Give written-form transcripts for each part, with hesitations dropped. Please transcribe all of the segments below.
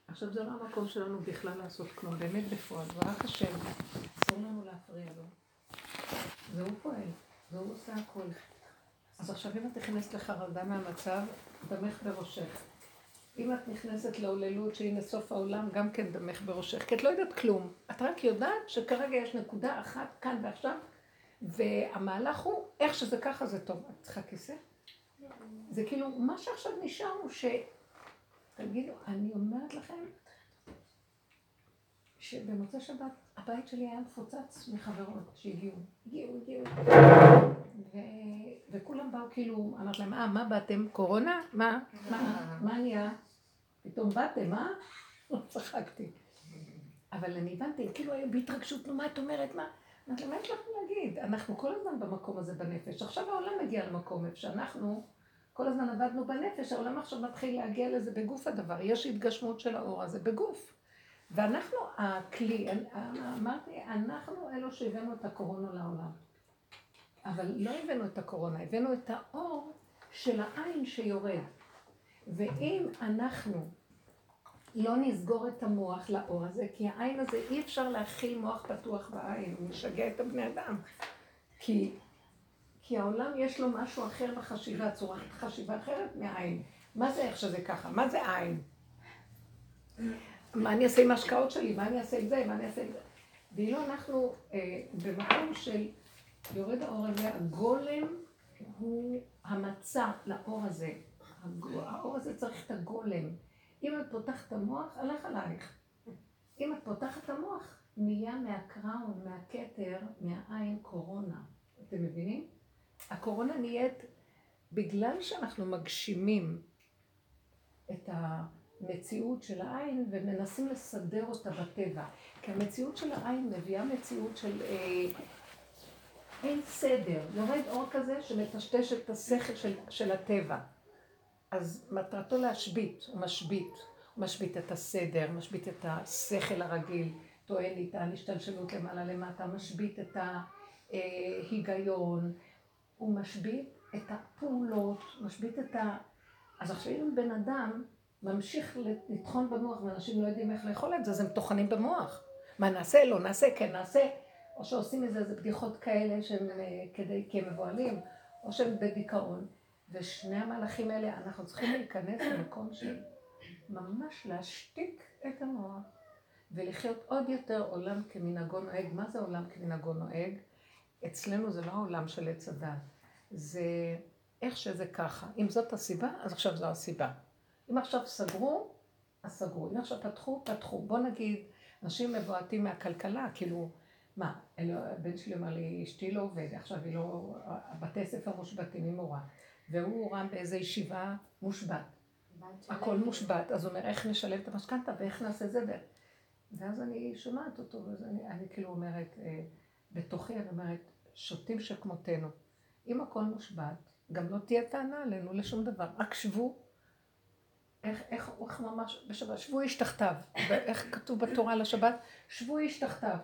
עכשיו זה לא המקום שלנו בכלל לעשות כלום, באמת בפועל, ורק השם, אסור לנו להפריע לו. והוא פועל, והוא עושה הכל. אז עכשיו אם את נכנסת לחרדה מהמצב, דמך בראשך. אם את נכנסת להוללות שהנה סוף העולם, גם כן דמך בראשך, כי את לא יודעת כלום. את רק יודעת שכרגע יש נקודה אחת כאן ועכשיו, והמהלך הוא, איך שזה ככה זה טוב. את צריכה כיסא? זה כאילו, מה שעכשיו נשאר הוא תגידו, אני אומרת לכם, שבמוצא שבת הבית שלי היה מפוצץ מחברות שהגיעו. הגיעו. וכולם באו כאילו, אמרת להם, מה באתם? קורונה? מה נהיה? פתאום באתם, צחקתי. אבל אני הבנתי, כאילו היו בהתרגשות, מה את אומרת, מה? אמרת להם, מה יש לכם להגיד? אנחנו כל הזמן במקום הזה בנפש. עכשיו העולם מגיע למקום איפה שאנחנו כל הזמן עבדנו בנפש, העולם עכשיו מתחיל להגיע לזה בגוף הדבר. יש התגשמות של האור הזה בגוף. ואנחנו הכלי, אמרתי, אנחנו אלו שהבאנו את הקורונה לעולם. אבל לא הבאנו את הקורונה, הבאנו את האור של העין שיורד. ואם אנחנו לא נסגור את המוח לאור הזה, כי העין הזה אי אפשר להכיל מוח פתוח בעין, הוא משגע את הבני אדם. כי העולם יש לו משהו אחר בחשיבה, צורת חשיבה אחרת מהעין. מה זה איך שזה ככה? מה זה עין? מה אני אעשה עם ההשקעות שלי? מה אני אעשה עם זה? מה אני אעשה עם זה? ואילו אנחנו במקום של יורד האור הזה, הגולם הוא המצע לאור הזה. האור הזה צריך את הגולם. אם את פותחת את המוח, הלך עלייך. אם את פותחת את המוח, נהיה מהקראון, מהכתר, מהעין קורונה. אתם מבינים? הקורונה נהיית, בגלל שאנחנו מגשימים את המציאות של העין ומנסים לסדר אותה בטבע. כי המציאות של העין מביאה מציאות של אין סדר. יורד אור כזה שמטשטש את השכל של הטבע. אז מטרתו להשבית, הוא משבית את הסדר, משבית את השכל הרגיל, טוען איתה, להשתלשלות למעלה למטה, משבית את ההיגיון, הוא משבית את הפעולות, משבית את אז עכשיו אם בן אדם ממשיך לטחון במוח ואנשים לא יודעים איך לאכול את זה, אז הם טוחנים במוח. מה נעשה? לא נעשה, כן נעשה. או שעושים איזה בדיחות כאלה שהם כי הם מבועלים, או שהם בדיכאון. ושני המהלכים האלה, אנחנו צריכים להיכנס למקום של ממש להשתיק את המוח ולחיות עוד יותר עולם כמנהגו נוהג. מה זה עולם כמנהגו נוהג? אצלנו זה לא העולם של עץ הדת, זה איך שזה ככה. אם זאת הסיבה, אז עכשיו זו הסיבה. אם עכשיו סגרו, אז סגרו. אם עכשיו פתחו. בוא נגיד, אנשים מבועטים מהכלכלה, כאילו, מה? הבן שלי אומר לי, אשתי לא עובד, עכשיו היא לא, בתי ספר מושבתים עם מורה. והוא רם באיזו ישיבה מושבת. הכל מושבת, אז הוא אומר, איך נשלם את המשכנתה ואיך נעשה זה? ואז אני שומעת אותו, ואז אני כאילו אומרת, בתוכי אני אומרת, שותים שכמותנו. אם הכל מושבת, גם לא תהיה טענה עלינו לשום דבר. רק שבו, איך ממש בשבת, שבו איש תחתיו. ואיך כתוב בתורה לשבת? שבו איש תחתיו.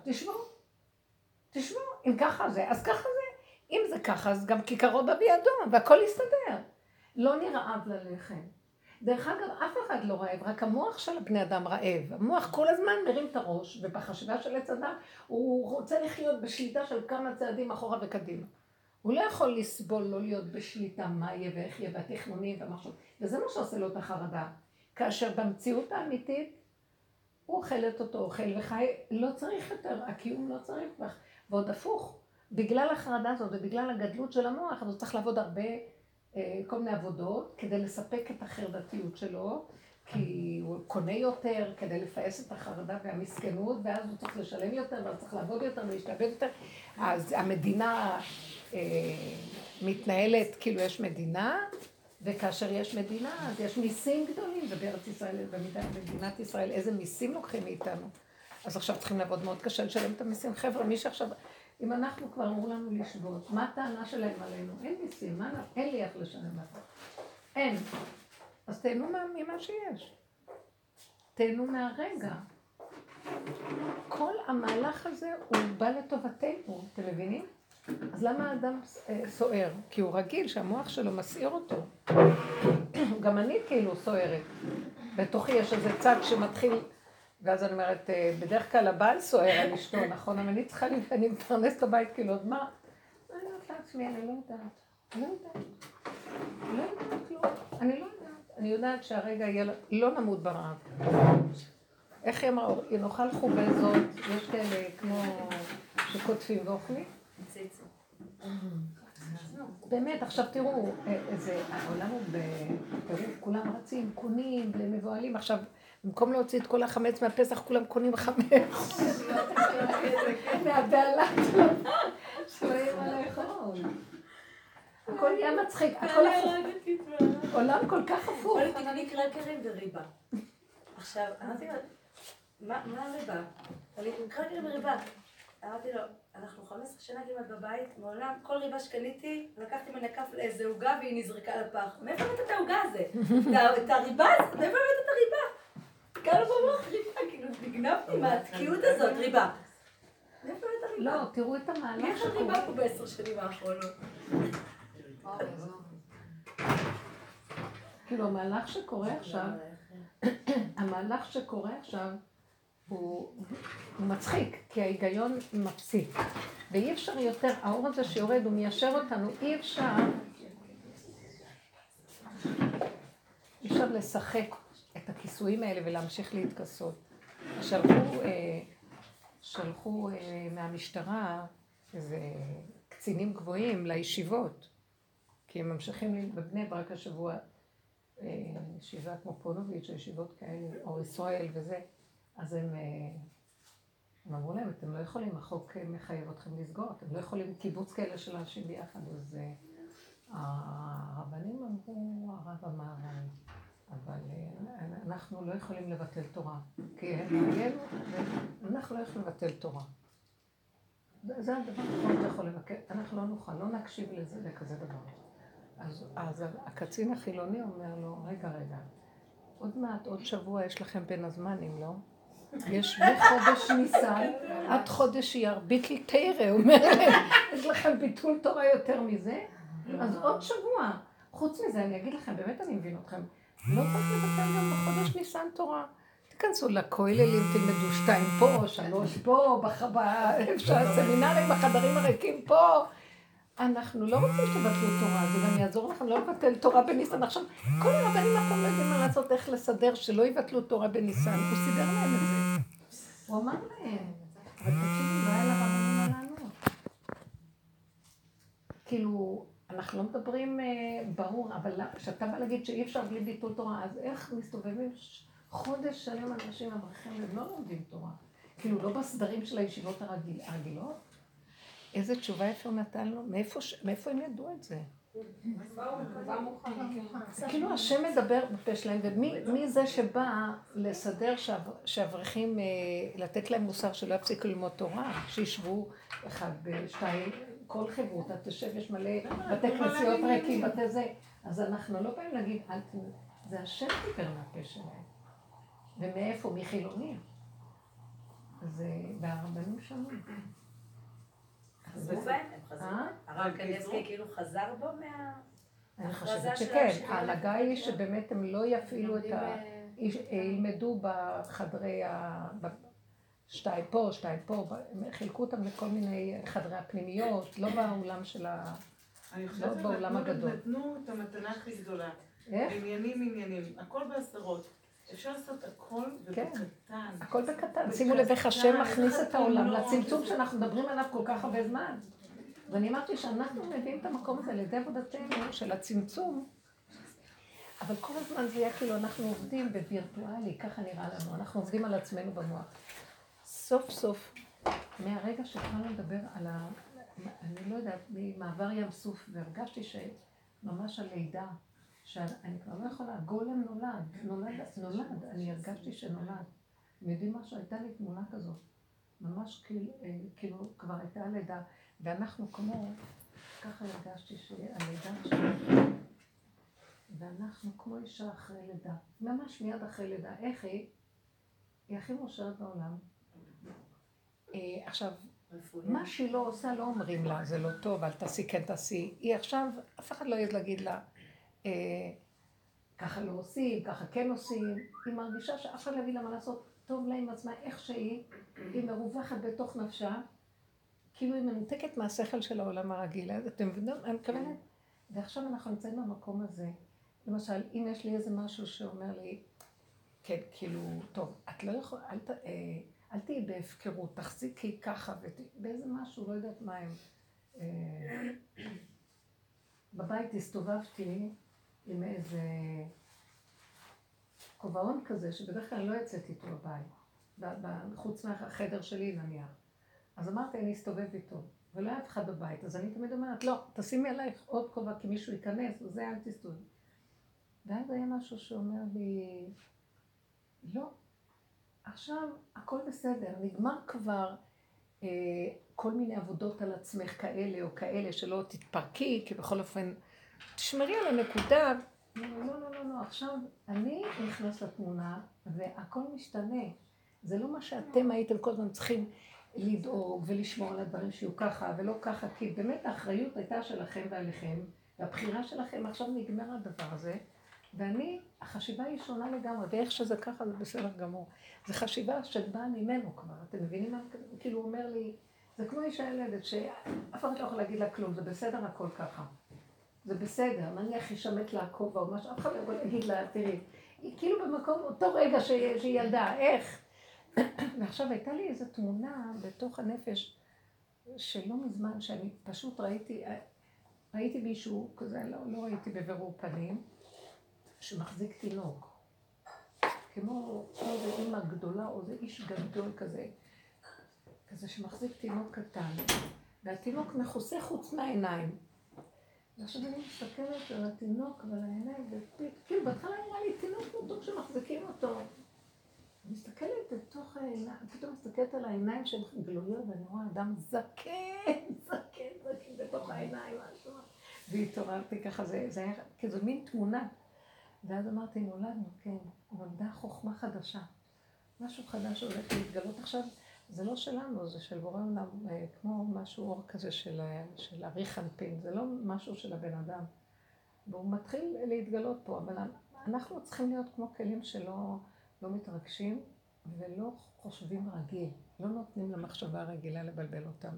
תשמעו, אם ככה זה, אז ככה זה. אם זה ככה, אז גם כיכרו בה בידו, והכל יסתדר. לא נרעב ללחם. דרך אגב, אף אחד לא רעב, רק המוח של הבני אדם רעב. המוח כל הזמן מרים את הראש, ובחשיבה של עץ הדת, הוא רוצה לחיות בשליטה של כמה צעדים אחורה וקדימה. הוא לא יכול לסבול, לא להיות בשליטה מה יהיה ואיך יהיה, והתכנונים והמשהו. וזה מה שעושה לו את החרדה. כאשר במציאות האמיתית, הוא אוכל את אותו אוכל וחי, לא צריך יותר, הקיום לא צריך. ועוד הפוך, בגלל החרדה הזאת ובגלל הגדלות של המוח, אז הוא צריך לעבוד הרבה, כל מיני עבודות, כדי לספק את החרדתיות שלו, כי הוא קונה יותר, כדי לפעס את החרדה והמסכנות, ואז הוא צריך לשלם יותר, ואז צריך לעבוד יותר ולהשתעבד יותר. אז המדינה מתנהלת כאילו יש מדינה, וכאשר יש מדינה, אז יש מיסים גדולים, ובארץ ישראל, במדינת ישראל, איזה מיסים לוקחים מאיתנו. אז עכשיו צריכים לעבוד מאוד קשה לשלם את המיסים. חבר'ה, מי שעכשיו, אם אנחנו כבר אמרו לנו לשבות, מה הטענה שלהם עלינו? אין מיסים, אין לי איך לשלם את זה. אין. אז תהנו ממה שיש. תהנו מהרגע. כל המהלך הזה הוא בא לטובתנו, אתם מבינים? אז למה האדם סוער? כי הוא רגיל שהמוח שלו מסעיר אותו. גם אני כאילו סוערת. בתוכי יש איזה צד שמתחיל, ואז אני אומרת, בדרך כלל הבעל סוער על אשתו, נכון? אבל אני צריכה, אני מפרנס את הבית, כאילו, אז מה? אני אומרת לעצמי, אני לא יודעת. אני לא יודעת כלום. אני לא יודעת. אני יודעת שהרגע יהיה, לא נמות ברעב. איך היא אמרה, נאכל חובזות, יש כאלה כמו שקוטפים ואוכלים? באמת, עכשיו תראו, העולם הוא בטירוף, כולם רצים, קונים, מבועלים, עכשיו, במקום להוציא את כל החמץ מהפסח, כולם קונים חמץ. מהבעלה שלא יהיה מה לאכול. הכל נהיה מצחיק, הכל הפוך. עולם כל כך הפוך. בואי תקני קרקרים וריבה. עכשיו, אמרתי לו, מה הריבה? קרקרים וריבה. אמרתי לו, אנחנו 15 שנה כמעט בבית, מעולם, כל ריבה שקניתי, לקחתי מנקף לאיזה עוגה והיא נזרקה לפח. מאיפה הבאת את העוגה הזה? את הריבה הזאת? מאיפה הבאת את הריבה? קלו במוח ריבה, כאילו נגנבתי מהתקיעות הזאת, ריבה. מאיפה הבאת הריבה? לא, תראו את המהלך שקורה. יש ריבה פה ב10 שנים האחרונות. כאילו, המהלך שקורה עכשיו, הוא מצחיק, כי ההיגיון מפסיק. ואי אפשר יותר, האור הזה שיורד, הוא מיישר אותנו, אי אפשר לשחק את הכיסויים האלה ולהמשיך להתכסות. שלחו מהמשטרה איזה קצינים גבוהים לישיבות, כי הם ממשיכים בבני ברק השבוע, ישיבה כמו פונוביץ', ישיבות כאלה, אור ישראל וזה, אז הם אמרו להם, אתם לא יכולים, החוק מחייב אתכם לסגור, אתם לא יכולים קיבוץ כאלה של אנשים ביחד, אז הרבנים אמרו, הרב אמר, אבל אנחנו לא יכולים לבטל תורה, כי הם עלינו, אנחנו לא יכולים לבטל תורה. זה הדבר האחרון שאתה יכול לבקר, אנחנו לא נוכל, לא נקשיב לזה, לכזה דבר. אז הקצין החילוני אומר לו, רגע, עוד מעט, עוד שבוע יש לכם בין הזמנים, לא? יש מחודש ניסן, עד חודש אייר, ביטל תירא, אומר להם, יש לכם ביטול תורה יותר מזה? אז עוד שבוע. חוץ מזה, אני אגיד לכם, באמת אני מבין אתכם, לא צריך לבטל גם בחודש ניסן תורה. תיכנסו לכוללים, תלמדו 2 פה, 3 פה, הסמינרים, בחדרים הריקים פה. אנחנו לא רוצים שתבטלו תורה, זה גם יעזור לכם לא לבטל תורה בניסן. עכשיו, כל הרבנים אנחנו לא יודעים מה לעשות, איך לסדר, שלא יבטלו תורה בניסן. הוא סידר להם את זה. הוא אמר להם, אבל תקשיבו, לא היה לרבנים מה לענות. כאילו, אנחנו לא מדברים ברור, אבל כשאתה בא להגיד שאי אפשר בלי ביטול תורה, אז איך מסתובבים חודש שלם אנשים אברכים והם לא לומדים תורה? כאילו, לא בסדרים של הישיבות הרגילות? איזה תשובה איפה הוא נתן לו? מאיפה הם ידעו את זה? כאילו השם מדבר בפה שלהם, ומי זה שבא לסדר שאברכים, לתת להם מוסר שלא יפסיקו ללמוד תורה, שישבו אחד בשתיים, כל חברותה תשב, יש מלא בתי כנסיות ריקים, בתי זה. אז אנחנו לא באים להגיד, זה השם דיבר מהפה שלהם. ומאיפה? מחילונים. והרבנים שומעים. הרב קניבסקי כאילו חזר בו אני חושבת שכן, ההנהגה היא שבאמת הם לא יפעילו את ילמדו בחדרי 2 פה, 2 פה, הם חילקו אותם לכל מיני חדרי הפנימיות, לא באולם של לא באולם הגדול. נתנו את המתנה הכי גדולה. איך? עניינים, הכל בעשרות. אפשר לעשות הכל ובקטן. הכל בקטן. שימו לב איך השם מכניס את העולם לצמצום שאנחנו מדברים עליו כל כך הרבה זמן. ואני אמרתי שאנחנו מביאים את המקום הזה לידי עבודתנו של הצמצום, אבל כל הזמן זה יהיה כאילו אנחנו עובדים בווירטואלי, ככה נראה לנו, אנחנו עובדים על עצמנו במוח. סוף סוף, מהרגע שהתחלנו לדבר על אני לא יודעת, ממעבר ים סוף, והרגשתי שממש הלידה, שאני כבר לא יכולה, גולם נולד, אני הרגשתי שנולד. אתם יודעים משהו? הייתה לי תמונה כזאת, ממש כאילו כבר הייתה הלידה, ואנחנו כמו, ככה הרגשתי שהלידה שלנו, ואנחנו כמו אישה אחרי לידה, ממש מיד אחרי לידה. איך היא? היא הכי מאושרת בעולם. עכשיו, מה שהיא לא עושה, לא אומרים לה, זה לא טוב, אל תעשי, כן תעשי. היא עכשיו, אף אחד לא יד להגיד לה, ככה לא עושים, ככה כן עושים. היא מרגישה שאף אחד לא יביא לה מה לעשות, טוב לה עם עצמה איך שהיא, היא מרווחת בתוך נפשה, כאילו היא מנותקת מהשכל של העולם הרגיל. אתם מבינים? אני מתכוונת? ועכשיו אנחנו נמצאים במקום הזה. למשל, אם יש לי איזה משהו שאומר לי, כן, כאילו, טוב, את לא יכולה, אל תהיי בהפקרות, תחזיקי ככה, באיזה משהו, לא יודעת מה הם. בבית הסתובבתי עם איזה כובעון כזה, שבדרך כלל לא יצאתי איתו בבית, חוץ מהחדר שלי נניח. אז אמרתי, אני אסתובב איתו, ולא היה אף אחד בבית, אז אני תמיד אומרת, לא, תשימי עלייך עוד כובע, כי מישהו ייכנס, וזה אל תסתובב. ואז היה משהו שאומר לי, לא, עכשיו הכל בסדר, נגמר כבר כל מיני עבודות על עצמך כאלה או כאלה, שלא תתפרקי, כי בכל אופן, תשמרי על הנקודה. לא, עכשיו אני נכנס לתמונה והכל משתנה. זה לא מה שאתם הייתם כל הזמן צריכים לדאוג ולשמור על הדברים שיהיו ככה ולא ככה, כי באמת האחריות הייתה שלכם ועליכם, והבחירה שלכם עכשיו נגמר הדבר הזה, ואני, החשיבה היא שונה לגמרי, ואיך שזה ככה זה בסדר גמור. זו חשיבה שבאה ממנו כבר, אתם מבינים מה? כאילו הוא אומר לי, זה כמו אישה ילדת שאף אחד לא יכול להגיד לה כלום, זה בסדר הכל ככה. זה בסדר, נניח היא שמת לה כובע או משהו, אף אחד לא יכול להגיד לה, תראי, היא כאילו במקום, אותו רגע שהיא ילדה, איך? ועכשיו הייתה לי איזו תמונה בתוך הנפש שלא מזמן, שאני פשוט ראיתי מישהו כזה, לא ראיתי בבירור פנים, שמחזיק תינוק. כמו איזו אימא גדולה או איזה איש גדול כזה שמחזיק תינוק קטן, והתינוק מכוסה חוץ מהעיניים. ועכשיו אני מסתכלת על התינוק ועל העיניים, וכאילו בהתחלה נראה לי תינוק מתוק שמחזיקים אותו. אני מסתכלת בתוך העיניים, פתאום מסתכלת על העיניים שהן גלויות, ואני רואה אדם זקן בתוך העיניים, משהו. והתעוררתי ככה, זה היה כזו מין תמונה. ואז אמרתי, נולדנו, כן, נולדה חוכמה חדשה. משהו חדש הולך להתגלות עכשיו, זה לא שלנו, זה של בורא עולם, כמו משהו אור כזה של אריך אנפין, זה לא משהו של הבן אדם. והוא מתחיל להתגלות פה, אבל אנחנו צריכים להיות כמו כלים שלא מתרגשים ולא חושבים רגיל, לא נותנים למחשבה הרגילה לבלבל אותנו.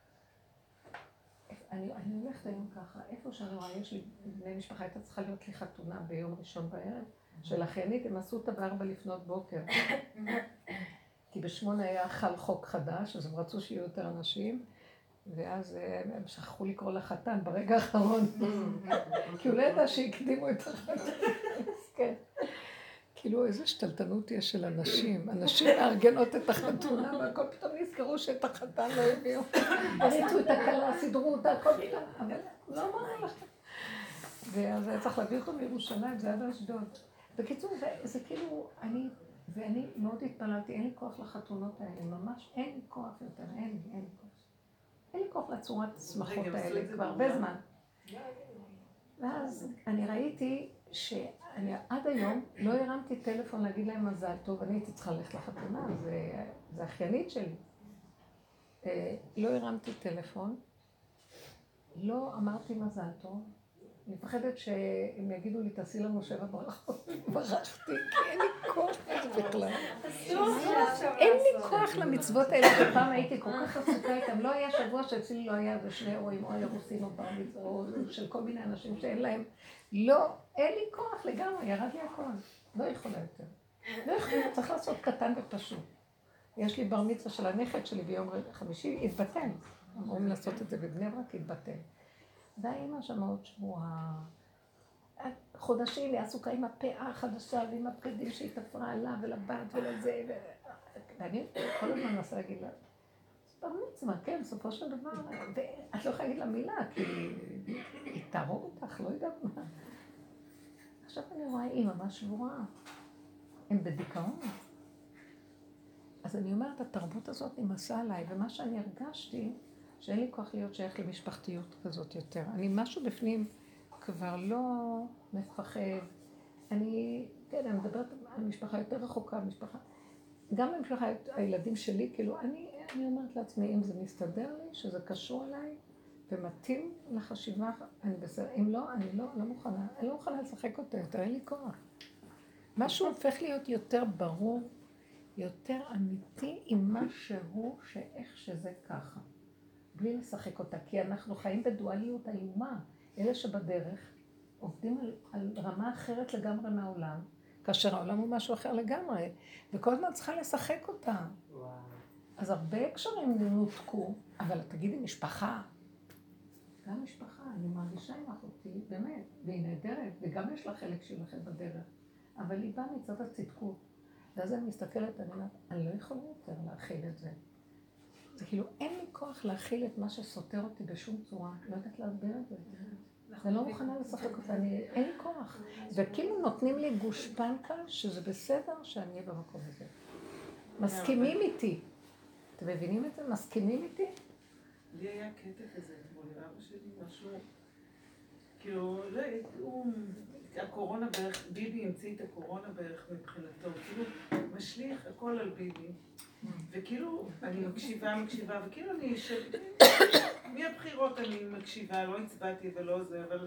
אני הולכת היום ככה, איפה שאני רואה, יש לי בני משפחה, הייתה צריכה להיות לי חתונה ביום ראשון בערב, של אחיינית, הם עשו אותה ב4 לפנות בוקר. כי ב8 היה חל חוק חדש, אז הם רצו שיהיו יותר אנשים, ואז הם שכחו לקרוא לחתן ברגע האחרון. כי הוא לא ידע שהקדימו את החתן. כן. כאילו איזו שתלטנות יש של אנשים. אנשים מארגנות את החתונה, והכל פתאום נזכרו שאת החתן לא הביאו. הריצו את הכלה, סידרו אותה, הכל פתאום. אבל לא אמרנו לך. ואז היה צריך להביא אותו מירושלים, זה היה באשדוד. בקיצור, זה כאילו, ואני מאוד התפללתי, אין לי כוח לחתונות האלה, ממש אין לי כוח יותר, אין לי כוח. אין לי כוח לצורת שמחות האלה כבר הרבה זמן. ואז אני ראיתי שאני עד היום לא הרמתי טלפון להגיד להם מזל טוב, אני הייתי צריכה ללכת לחתונה, זה אחיינית שלי. לא הרמתי טלפון, לא אמרתי מזל טוב, אני מפחדת שהם יגידו לי, תעשי לנו 7 ברכות. ברחתי, כי אין לי כוח לזה בכלל. אין לי כוח למצוות האלה, שפעם הייתי כל כך עסוקה איתם. לא היה שבוע שאצלי לא היה איזה 2 אירועים, או אירוסין או בר מצווה, או של כל מיני אנשים שאין להם. לא, אין לי כוח לגמרי, ירד לי הכל. לא יכולה יותר. לא יכולה, צריך לעשות קטן ופשוט. יש לי בר מצווה של הנכד שלי ביום חמישי, התבטל. אמורים לעשות את זה בבני ברק, התבטל. והאימא שם עוד שבועה. חודשים היא עסוקה עם הפאה החדשה ועם הבגדים שהיא תפרה עליו ולבת ולזה. ואני כל הזמן מנסה להגיד לה, זה בר מצווה, כן, בסופו של דבר. ואת לא יכולה להגיד לה מילה, כי היא תהרוג אותך, לא יודעת מה. עכשיו אני רואה, היא ממש שבועה. הם בדיכאון. אז אני אומרת, התרבות הזאת נמאסה עליי, ומה שאני הרגשתי, שאין לי כוח להיות שייך למשפחתיות כזאת יותר. אני משהו בפנים כבר לא מפחד. אני מדברת על משפחה יותר רחוקה, גם למשפחה, הילדים שלי, כאילו, אני אומרת לעצמי, אם זה מסתדר לי, שזה קשור אליי, ומתאים לחשיבה, אני בסדר, אם לא, אני לא מוכנה, אני לא מוכנה לשחק אותו יותר, אין לי כוח. משהו הופך להיות יותר ברור, יותר אמיתי עם משהו שאיך שזה ככה. בלי לשחק אותה, כי אנחנו חיים בדואליות איומה. אלה שבדרך עובדים על רמה אחרת לגמרי מהעולם, כאשר העולם הוא משהו אחר לגמרי, וכל הזמן צריכה לשחק אותה. אז הרבה הקשרים נותקו, אבל תגידי משפחה. גם משפחה, אני מרגישה עם אחותי, באמת, והיא נהדרת, וגם יש לה חלק שלכם בדרך, אבל היא באה מצד הצדקות. ואז אני מסתכלת, אני אומרת, אני לא יכולה יותר להכיל את זה. זה כאילו, אין לי כוח להכיל את מה שסותר אותי בשום צורה, לא יודעת להסביר את זה. אני לא מוכנה לשחק אותה, אין לי כוח. וכאילו נותנים לי גושפנקה שזה בסדר שאני אהיה במקום הזה. מסכימים איתי. אתם מבינים את זה? מסכימים איתי? לי היה קטע כזה, כמו לאבא שלי, משהו, כאילו, לא, הקורונה בערך, ביבי המציא את הקורונה בערך מבחינתו, כאילו, משליך הכל על ביבי, וכאילו, אני מקשיבה, וכאילו אני מהבחירות אני מקשיבה, לא הצבעתי ולא זה, אבל...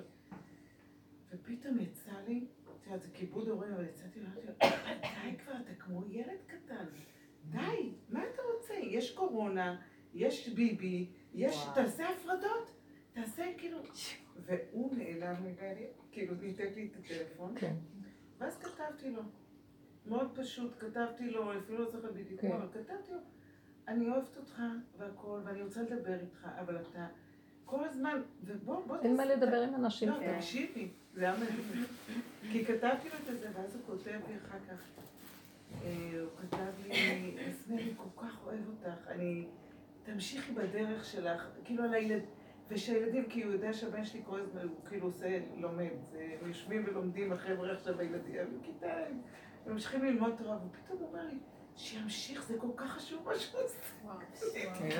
ופתאום יצא לי, זה כיבוד הורים, אבל יצאתי ואמרתי, די כבר, אתה כמו ילד קטן, די, מה אתה רוצה? יש קורונה, יש ביבי, תעשה הפרדות, תעשה כאילו... והוא נעלם ממני, כאילו ניתק לי את הטלפון, ואז כתבתי לו, מאוד פשוט, כתבתי לו, אפילו לא צריך בדיוק, אבל כתבתי לו, אני אוהבת אותך והכל, ואני רוצה לדבר איתך, אבל אתה כל הזמן, ובוא... אין מה לדבר עם אנשים. לא, תקשיבי, זה היה מדהים. כי כתבתי לו את זה, ואז הוא כותב לי אחר כך, הוא כתב לי, אסמי, אני כל כך אוהב אותך, תמשיכי בדרך שלך, כאילו על הילד, ושהילדים, כי הוא יודע שהבן שלי כל הזמן, הוא כאילו עושה, לומד, הם יושבים ולומדים החבר'ה עכשיו הילדים, בכיתה, הם ממשיכים ללמוד תורה, ופתאום הוא אומר לי, שימשיך, זה כל כך חשוב מה שהוא עושה.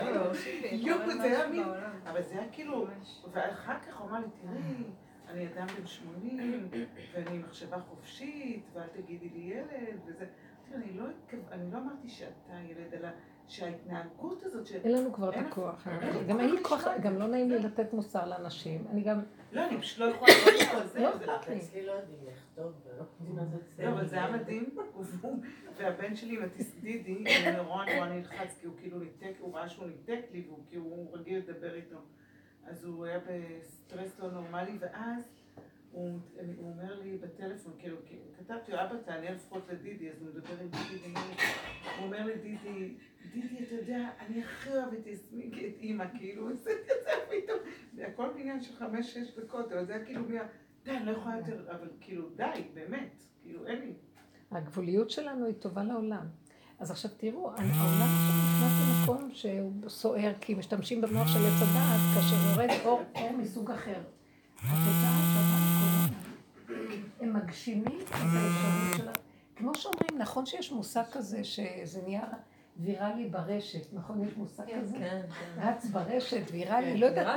זה היה מין, אבל זה היה כאילו, ואחר כך הוא אמר לי, תראי, אני אדם בן 80, ואני מחשבה חופשית, ואל תגידי לי ילד, וזה. אני לא אמרתי שאתה ילד, אלא שההתנהגות הזאת... אין לנו כבר את הכוח. גם אין לי כוח, גם לא נעים לי לתת מוסר לאנשים. אני גם... לא, אני פשוט לא יכולה לעשות את זה. לא אכפת לי. אצלי לא יודעים לכתוב, לא, אבל זה היה מדהים. והבן שלי עם דידי, הוא נורא נלחץ, כי הוא כאילו ניתק, הוא ראה שהוא ניתק לי, והוא רגיל לדבר איתו. אז הוא היה בסטרס לא נורמלי, ואז הוא אומר לי בטלפון, כאילו, כתבתי לו, אבא תענה לפחות לדידי, אז הוא מדבר עם דידי, הוא אומר לי, דידי, אתה יודע, אני הכי אוהבת את אימא, כאילו, זה פתאום, זה הכל בעניין של 5-6 דקות, אבל זה היה כאילו, די, אני לא יכולה יותר, אבל כאילו, די, באמת, כאילו, אין לי. הגבוליות שלנו היא טובה לעולם. אז עכשיו תראו, העולם עכשיו נכנס למקום שהוא סוער, כי משתמשים במוח של עץ הדעת, כאשר יורד אור מסוג אחר. התוצאה שווה לקורונה. הם מגשימים את האפשרות שלה. כמו שאומרים, נכון שיש מושג כזה שזה נהיה ויראלי ברשת, נכון? יש מושג כזה? רץ ברשת, ויראלי, לא יודעת.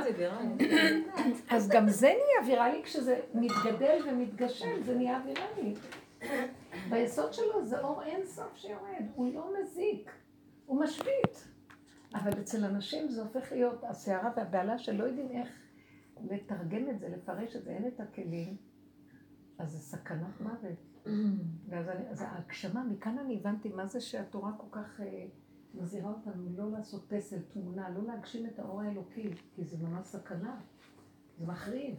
אז גם זה נהיה ויראלי כשזה מתגדל ומתגשם, זה נהיה ויראלי. ביסוד שלו זה אור אין סוף שיורד, הוא לא מזיק, הוא משבית. אבל אצל אנשים זה הופך להיות הסערה והבעלה שלא יודעים איך לתרגם את זה, לפרש את זה, אין את הכלים, אז זה סכנת מוות. אז ההגשמה, מכאן אני הבנתי מה זה שהתורה כל כך מזהירה אותנו לא לעשות פסל, תמונה, לא להגשים את האור האלוקי, כי זה ממש סכנה, זה מחריב.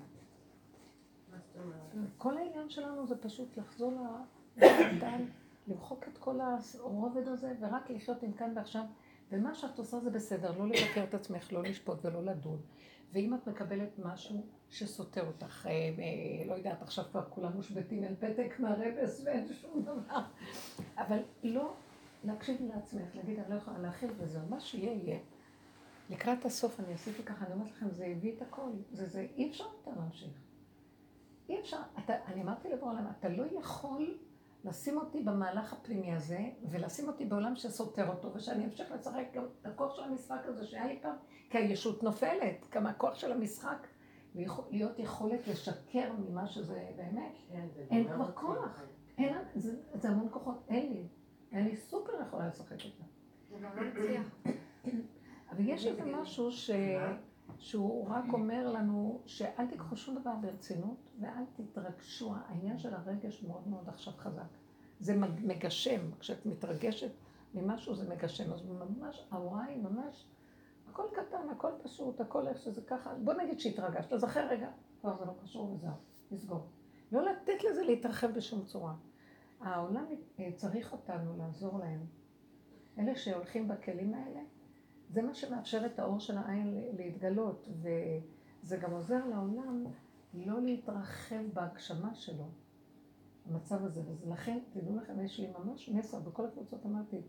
כל העניין שלנו זה פשוט לחזור לדל, למחוק את כל הרובד הזה ורק לחיות עם כאן ועכשיו, ומה שאת עושה זה בסדר, לא לבקר את עצמך, לא לשפוט ולא לדון. ואם את מקבלת משהו שסותר אותך, לא יודעת, עכשיו כבר כולם מושבטים אל פתק מהרבס ואין שום דבר, אבל לא להקשיב לעצמך, להגיד אני לא יכולה להכיל וזה, מה שיהיה יהיה. לקראת הסוף אני עשיתי ככה, אני אומרת לכם, זה הביא את הכל, זה אי אפשר יותר להמשיך. אי אפשר, אני אמרתי לבוא עולם, אתה לא יכול לשים אותי במהלך הפנימי הזה, ולשים אותי בעולם שסותר אותו, ושאני אמשיך לשחק גם את הכוח של המשחק הזה שהיה לי פעם, כי הישות נופלת, כמה הכוח של המשחק, להיות יכולת לשקר ממה שזה באמת, אין כבר כוח, זה המון כוחות, אין לי סופר יכולה לשחק אותה. זה גם לא מצליח. אבל יש איזה משהו שהוא רק אומר לנו שאל תיקחו שום דבר ברצינות ואל תתרגשו. העניין של הרגש מאוד מאוד עכשיו חזק. זה מגשם, כשאת מתרגשת ממשהו זה מגשם, אז ממש, ההוראה היא ממש, הכל קטן, הכל פשוט, הכל איך שזה ככה, בוא נגיד שהתרגשת, אז אחרי רגע, כבר זה לא קשור וזהו, נסגור. לא לתת לזה להתרחב בשום צורה. העולם צריך אותנו לעזור להם. אלה שהולכים בכלים האלה, זה מה שמאפשר את האור של העין להתגלות, וזה גם עוזר לעולם לא להתרחב בהגשמה שלו, המצב הזה. ולכן, תדעו לכם, יש לי ממש מסר, בכל הקבוצות אמרתי,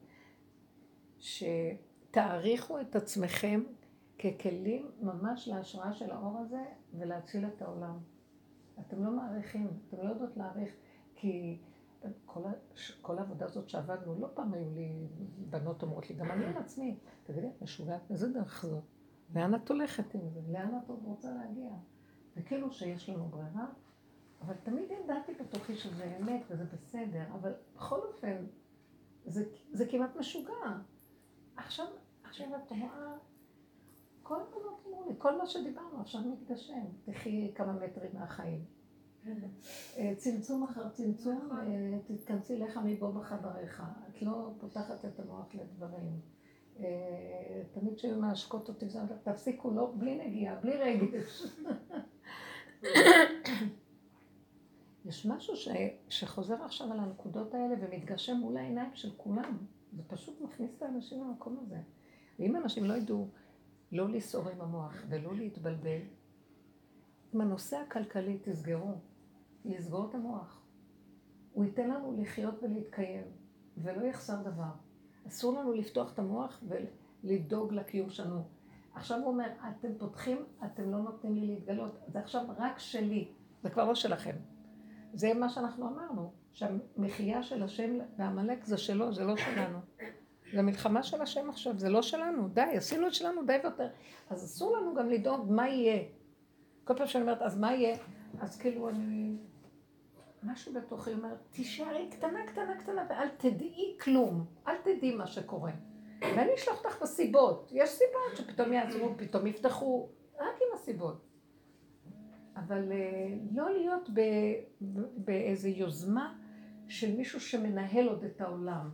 שתעריכו את עצמכם ככלים ממש להשראה של האור הזה, ולהציל את העולם. אתם לא מעריכים, אתם לא יודעות להעריך, כי כל העבודה הזאת שעבדנו, לא פעם היו לי בנות אומרות לי, גם אני על עצמי, תגידי, את משוגעת, איזה דרך זאת? לאן את הולכת עם זה? לאן את עוד רוצה להגיע? וכאילו שיש לנו ברירה, אבל תמיד ידעתי בתוכי שזה אמת וזה בסדר, אבל בכל אופן, זה כמעט משוגע. עכשיו את רואה, כל הבנות אמרו לי, כל מה שדיברנו עכשיו מתגשם, תחי כמה מטרים מהחיים. צמצום אחר צמצום, תתכנסי לך מבוא בחדריך, את לא פותחת את המוח לדברים. תמיד שהיו מעשקות אותי, תפסיקו, לא, בלי נגיעה, בלי רגש. יש משהו שחוזר עכשיו על הנקודות האלה ומתגשם מול העיניים של כולם. זה פשוט מכניס את האנשים למקום הזה. ואם אנשים לא ידעו לא לסעור עם המוח ולא להתבלבל, עם הנושא הכלכלי תסגרו, לסגור את המוח. הוא ייתן לנו לחיות ולהתקיים, ולא יחסר דבר. אסור לנו לפתוח את המוח ולדאוג לקיום שלנו. עכשיו הוא אומר, אתם פותחים, אתם לא נותנים לי להתגלות, זה עכשיו רק שלי, זה כבר לא שלכם. זה מה שאנחנו אמרנו, שהמחיה של השם והמלאק זה שלו, זה לא שלנו. זה מלחמה של השם עכשיו, זה לא שלנו, די, עשינו את שלנו די ויותר. אז אסור לנו גם לדאוג מה יהיה. כל פעם שאני אומרת, אז מה יהיה? אז כאילו אני... משהו בתוכי אומר, תישארי קטנה, קטנה, קטנה, ואל תדעי כלום. אל תדעי מה שקורה. ואני אשלח אותך בסיבות. יש סיבות שפתאום יעזרו, פתאום יפתחו, רק עם הסיבות. אבל לא להיות באיזו יוזמה של מישהו שמנהל עוד את העולם.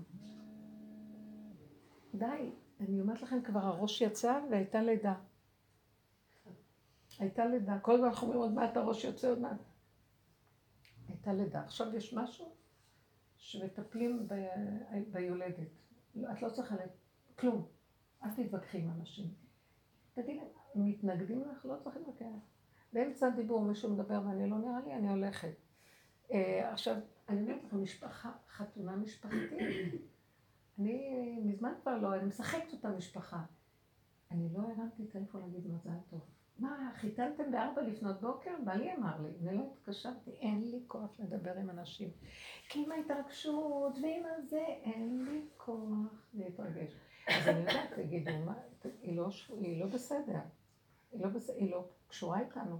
די, אני אומרת לכם, כבר הראש יצא והייתה לידה. הייתה לידה. כל הזמן אנחנו אומרים, עוד מעט הראש יוצא, עוד מעט. הייתה לידה. עכשיו יש משהו שמטפלים ביולדת. את לא צריכה כלום. אל תתווכחי עם אנשים. תגידי, מתנגדים לך? לא צריכים להתווכח. באמצע הדיבור מישהו מדבר ואני לא נראה לי, אני הולכת. עכשיו, אני אומרת לך, משפחה, חתונה משפחתית. אני מזמן כבר לא, אני משחקת אותה משפחה. אני לא הרמתי טלפון להגיד מזל טוב. מה, חיתנתם ב4 לפנות בוקר? בעלי אמר לי, אני לא התקשרתי, אין לי כוח לדבר עם אנשים. כי עם ההתרגשות ועם הזה, אין לי כוח להתרגש. אז אני יודעת, תגידו, היא לא בסדר. היא לא קשורה איתנו.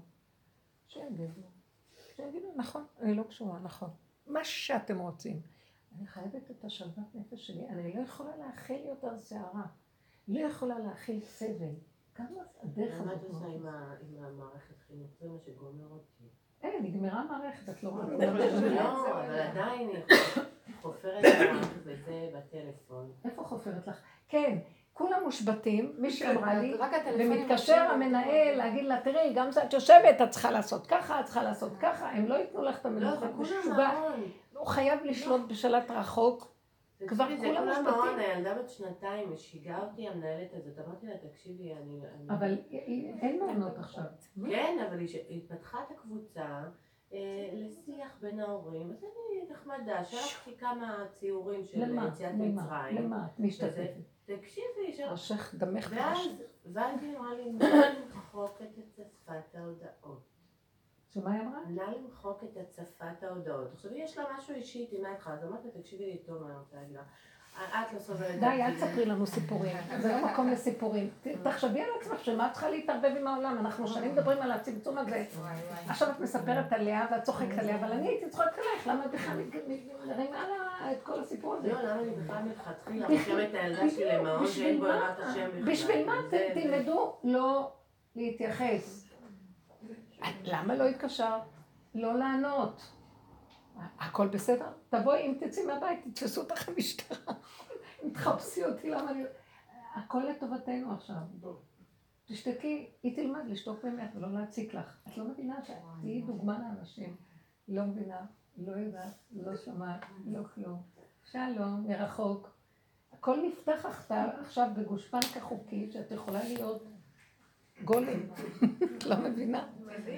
שיגידו, נכון, אני לא קשורה, נכון. מה שאתם רוצים. אני חייבת את השלוות נפש שלי, אני לא יכולה להכיל יותר שערה. לא יכולה להכיל סבל. כמה הדרך הזאת? מה את עושה עם המערכת חינוך? זה מה שגומר אותי. נגמרה המערכת, את לא רואה. לא, אבל עדיין היא חופרת לך וזה בטלפון. איפה חופרת לך? כן, כולם מושבתים, מי שאמרה לי, ומתקשר המנהל להגיד לה, תראי, גם את יושבת, את צריכה לעשות ככה, את צריכה לעשות ככה, הם לא ייתנו לך את המנוחה. הוא חייב לשלוט בשלט רחוק. כבר כולם מושבתים. הילדה בת 2 משיגה אותי, המנהלת הזאת, אמרתי לה, תקשיבי, אני... אבל אין מעונות עכשיו. כן, אבל היא פתחה את הקבוצה לשיח בין ההורים, אז אני נחמדה, שלחתי כמה ציורים של יציאת מצרים. למה? את משתתפת. תקשיבי, ראשך דמך חדש. ואז היא אמרה לי, למחוק את הצפת ההודעות. שמה היא אמרה? נא למחוק את הצפת ההודעות. עכשיו, יש לה משהו אישי איתי מהתחלה, אז אמרת, תקשיבי לי טוב, אני רוצה להגיד לה. את לא סובלת. די, אל תספרי לנו סיפורים. זה לא מקום לסיפורים. תחשבי על עצמך שמה צריכה להתערבב עם העולם. אנחנו שנים מדברים על הצמצום הזה. עכשיו את מספרת עליה ואת צוחקת עליה, אבל אני הייתי צוחקת עלייך. למה בכלל נראים עליה את כל הסיפור הזה? לא, למה אני בכלל מלכתחילה רושמת את הילדה שלי למעון שאין בו יראת השם בכלל. בשביל מה תלמדו לא להתייחס. למה לא התקשר? לא לענות. הכל בסדר? תבואי, אם תצאי מהבית, תתפסו אותך המשטרה. אם תחפשי אותי, למה אני... הכל לטובתנו עכשיו. תשתקי, היא תלמד לשתוק ממך ולא להציק לך. את לא מבינה שתהיי דוגמה לאנשים. לא מבינה, לא יודעת, לא שומעת, לא כלום. שלום, מרחוק. הכל נפתח עכשיו בגושפנקה חוקית שאת יכולה להיות גולם. את לא מבינה?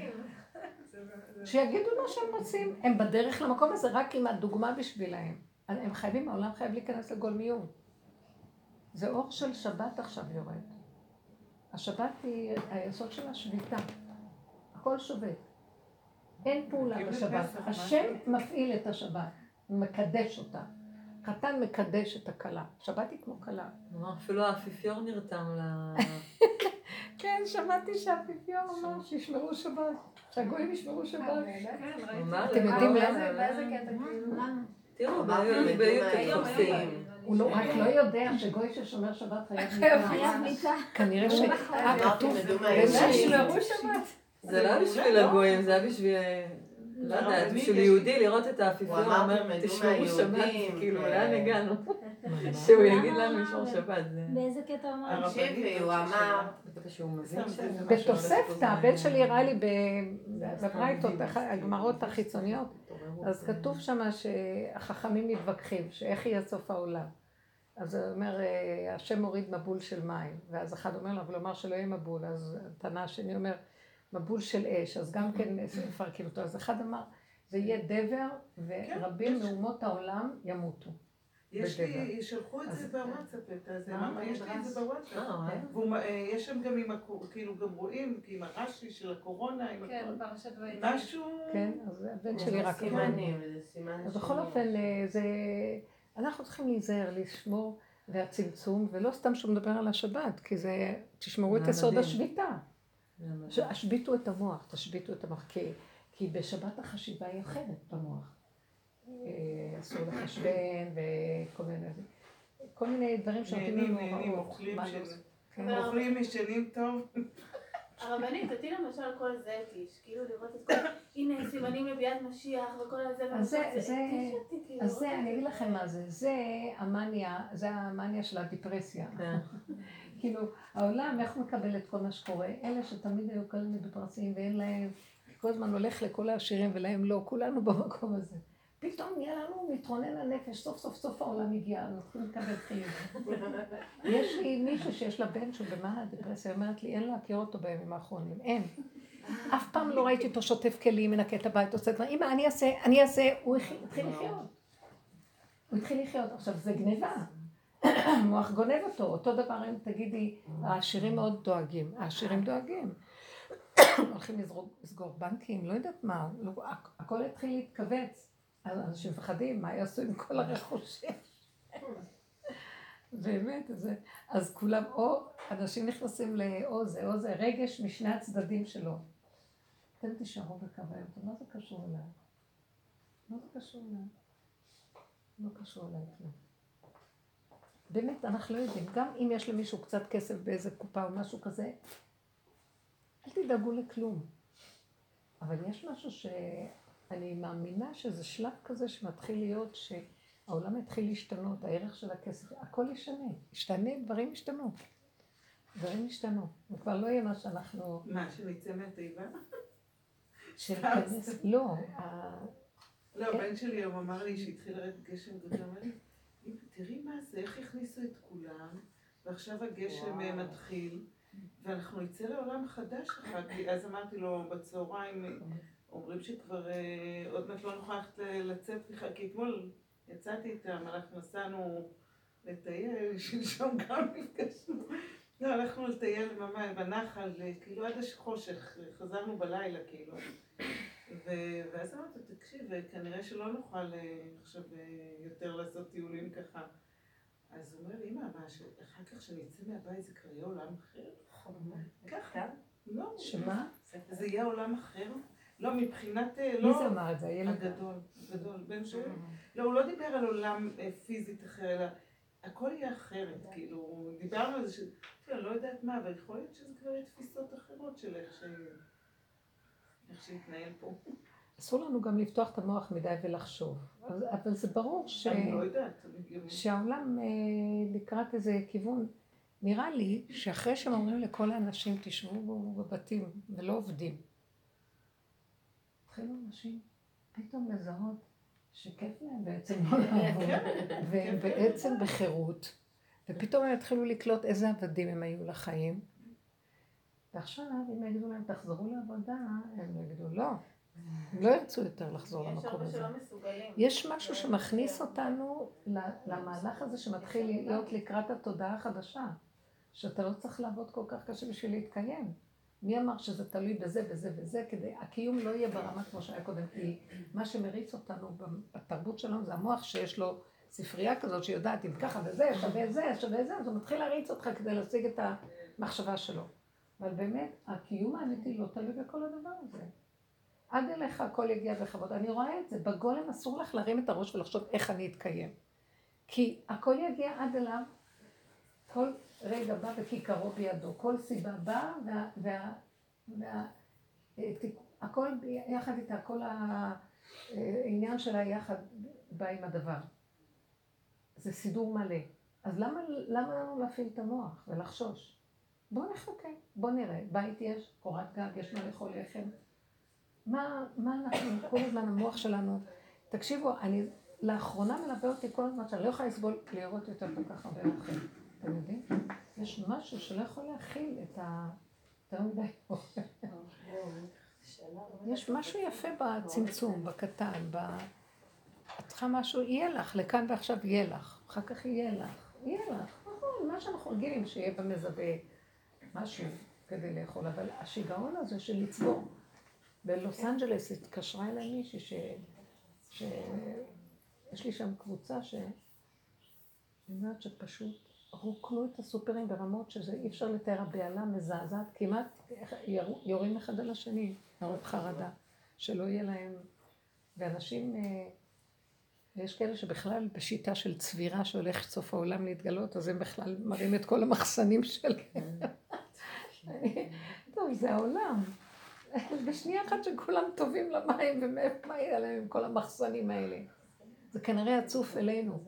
שיגידו מה שהם רוצים. הם בדרך למקום הזה רק עם הדוגמה בשבילהם. הם חייבים, העולם חייב להיכנס לגולמיות. זה אור של שבת עכשיו יורד. השבת היא היסוד של השביתה. הכל שובת. אין פעולה בשבת. השם מפעיל את השבת. הוא מקדש אותה. חתן מקדש את הכלה. שבת היא כמו כלה. אפילו האפיפיור נרתם ל... כן, שמעתי שהאפיפיור אמר שישמרו שבת. שהגויים ישמרו שבת. אתם יודעים למה? באיזה קטע כאילו? תראו, ביוטיוב חופשיים. הוא רק לא יודע שגוי ששומר שבת חייב מיטה. כנראה כתוב שישמרו שבת. זה לא בשביל הגויים, זה היה בשביל... לא יודעת, בשביל יהודי לראות את האפיפיור אומר, תשמרו שבת, כאילו, לאן הגענו? שהוא יגיד לנו לשמור שבת. באיזה קטע הוא אמר? תקשיבי, הוא אמר... בתוספתא, הבן שלי הראה לי בברייתות, הגמרות החיצוניות, אז כתוב שם שהחכמים מתווכחים, שאיך יהיה סוף העולם. אז הוא אומר, השם מוריד מבול של מים, ואז אחד אומר לו, אבל הוא אמר שלא יהיה מבול, אז הטענה השני אומר, מבול של אש, אז גם כן מפרקים אותו. אז אחד אמר, זה יהיה דבר, ורבים מאומות העולם ימותו. יש לי, שלחו את זה בוואטסאפ, יש לי את זה בוואטסאפ. יש שם גם עם, כאילו גם רואים, עם הרש"י של הקורונה, עם משהו... כן, אז הבן שלי רק אמר. אז בכל אופן, אנחנו צריכים להיזהר, לשמור, והצמצום, ולא סתם שהוא מדבר על השבת, כי זה, תשמרו את יסוד השביתה. השביתו את המוח, תשביתו את המוח, כי בשבת החשיבה היא אחרת במוח. אסור לחשבן וכל מיני דברים שנותנים לנו אוכלים, ישנים טוב. הרבנית, אותי למשל כל זה התיש, כאילו לראות את כל... הנה, סימנים לביאת משיח וכל הזה, אז זה, אני אגיד לכם מה זה, זה המאניה של הדיפרסיה. כאילו, העולם, איך הוא מקבל את כל מה שקורה? אלה שתמיד היו כאלה מדופרסים ואין להם, כל הזמן הולך לכל העשירים ולהם לא, כולנו במקום הזה. פתאום נהיה לנו מתרונן הנפש, סוף העולם הגיע, אנחנו צריכים לקבל חיוב. יש לי מישהו שיש לה בן שהוא במאניה דיפרסיה, אומרת לי, אין להכיר אותו בימים האחרונים, אין. אף פעם לא ראיתי אותו שוטף כלים, מנקה את הבית, עושה דברים, אמא, אני אעשה, הוא התחיל לחיות. הוא התחיל לחיות, עכשיו זה גניבה. המוח גונב אותו דבר אם תגידי, העשירים מאוד דואגים, העשירים דואגים. הולכים לסגור בנקים, לא יודעת מה, הכל התחיל להתכווץ. אנשים מפחדים, מה יעשו עם כל הרכושים? באמת, אז כולם, או אנשים נכנסים או זה, רגש משני הצדדים שלו. אתם תישארו בקו היום, מה זה קשור אליי? מה זה קשור אליי? לא קשור אליי כלום. באמת, אנחנו לא יודעים, גם אם יש למישהו קצת כסף באיזה קופה או משהו כזה, אל תדאגו לכלום. אבל יש משהו שאני מאמינה שזה שלב כזה שמתחיל להיות שהעולם יתחיל להשתנות, הערך של הכסף, הכל ישתנה, דברים ישתנו. וכבר לא יהיה מה שאנחנו... מה, שנצא מהתיבה? לא. לא, הבן שלי היום אמר לי שהתחיל לרדת גשם גדול, אמר לי, תראי מה זה, איך הכניסו את כולם, ועכשיו הגשם מתחיל, ואנחנו נצא לעולם חדש אחד, אז אמרתי לו בצהריים, אומרים שכבר עוד מעט לא נוכל לצאת בכלל, כי אתמול יצאתי איתם, אנחנו נסענו לטייל, שלשום גם נפגשנו, לא, הלכנו לטייל ממש בנחל, כאילו עד החושך, חזרנו בלילה כאילו. ואז אמרתי, תקשיב, כנראה שלא נוכל עכשיו יותר לעשות טיולים ככה. אז הוא אומר לי, אמא, אחר כך שנצא מהבית זה כבר יהיה עולם אחר? ככה, לא. שמה? זה יהיה עולם אחר? לא, מבחינת... מי זה אמר את זה? הילד? הגדול, בן שלי. לא, הוא לא דיבר על עולם פיזית אחר, אלא הכל יהיה אחרת, כאילו, דיברנו על זה אני לא יודעת מה, אבל יכול להיות שזה כבר תפיסות אחרות של איך שהתנהל פה. אסור לנו גם לפתוח את המוח מדי ולחשוב, אבל זה ברור אני לא יודעת. שהעולם לקראת איזה כיוון, נראה לי שאחרי שהם אומרים לכל האנשים תשבו בבתים ולא עובדים, התחילו אנשים פתאום לזהות שכיף להם בעצם לא לעבוד, והם בעצם בחירות, ופתאום הם התחילו לקלוט איזה עבדים הם היו לחיים, ועכשיו אם יגידו להם תחזרו לעבודה, הם יגידו לא. הם לא ירצו יותר לחזור למקום הזה. יש משהו שמכניס אותנו למהלך הזה שמתחיל להיות לקראת התודעה החדשה, שאתה לא צריך לעבוד כל כך קשה בשביל להתקיים. מי אמר שזה תלוי בזה וזה וזה, כדי הקיום לא יהיה ברמה כמו שהיה קודם, כי מה שמריץ אותנו בתרבות שלנו זה המוח שיש לו ספרייה כזאת שיודעת אם ככה וזה שווה זה שווה זה, אז הוא מתחיל להריץ אותך כדי להשיג את המחשבה שלו. אבל באמת הקיום האמיתי לא תלוי בכל הדבר הזה. עד אליך הכל יגיע בכבוד. אני רואה את זה, בגולם אסור לך להרים את הראש ולחשוב איך אני אתקיים. כי הכל יגיע עד אליו, כל רגע בא וכיכרו בידו, כל סיבה באה, הכל יחד איתה, כל העניין שלה יחד בא עם הדבר. זה סידור מלא. אז למה לנו להפעיל את המוח ולחשוש? בואו נחכה, בואו נראה, בית יש, קורת גג, יש מה לאכול לחם. מה אנחנו, כל הזמן המוח שלנו, תקשיבו, אני לאחרונה מלווה אותי כל הזמן שאני לא יכולה לסבול לראות יותר כל כך הרבה אוכל. אתם יודעים? יש משהו שלא יכול להכיל את יותר מדי אוכל. יש משהו יפה בצמצום, בקטן, את צריכה משהו, יהיה לך, לכאן ועכשיו יהיה לך, אחר כך יהיה לך, נכון, מה שאנחנו רגילים שיהיה במזווה משהו כדי לאכול, אבל השיגעון הזה של לצבור. בלוס אנג'לס התקשרה אליי מישהי יש לי שם קבוצה שאני אומרת שפשוט רוקנו את הסופרים ברמות שזה אי אפשר לתאר, הבעלה מזעזעת, כמעט יורים אחד על השני, מרוב חרדה, שלא יהיה להם, ואנשים, יש כאלה שבכלל בשיטה של צבירה שהולך סוף העולם להתגלות, אז הם בכלל מראים את כל המחסנים שלהם. טוב, זה העולם. בשנייה אחת שכולם טובים למים, ומאיפה מה יהיה להם כל המחסנים האלה. זה כנראה עצוף אלינו.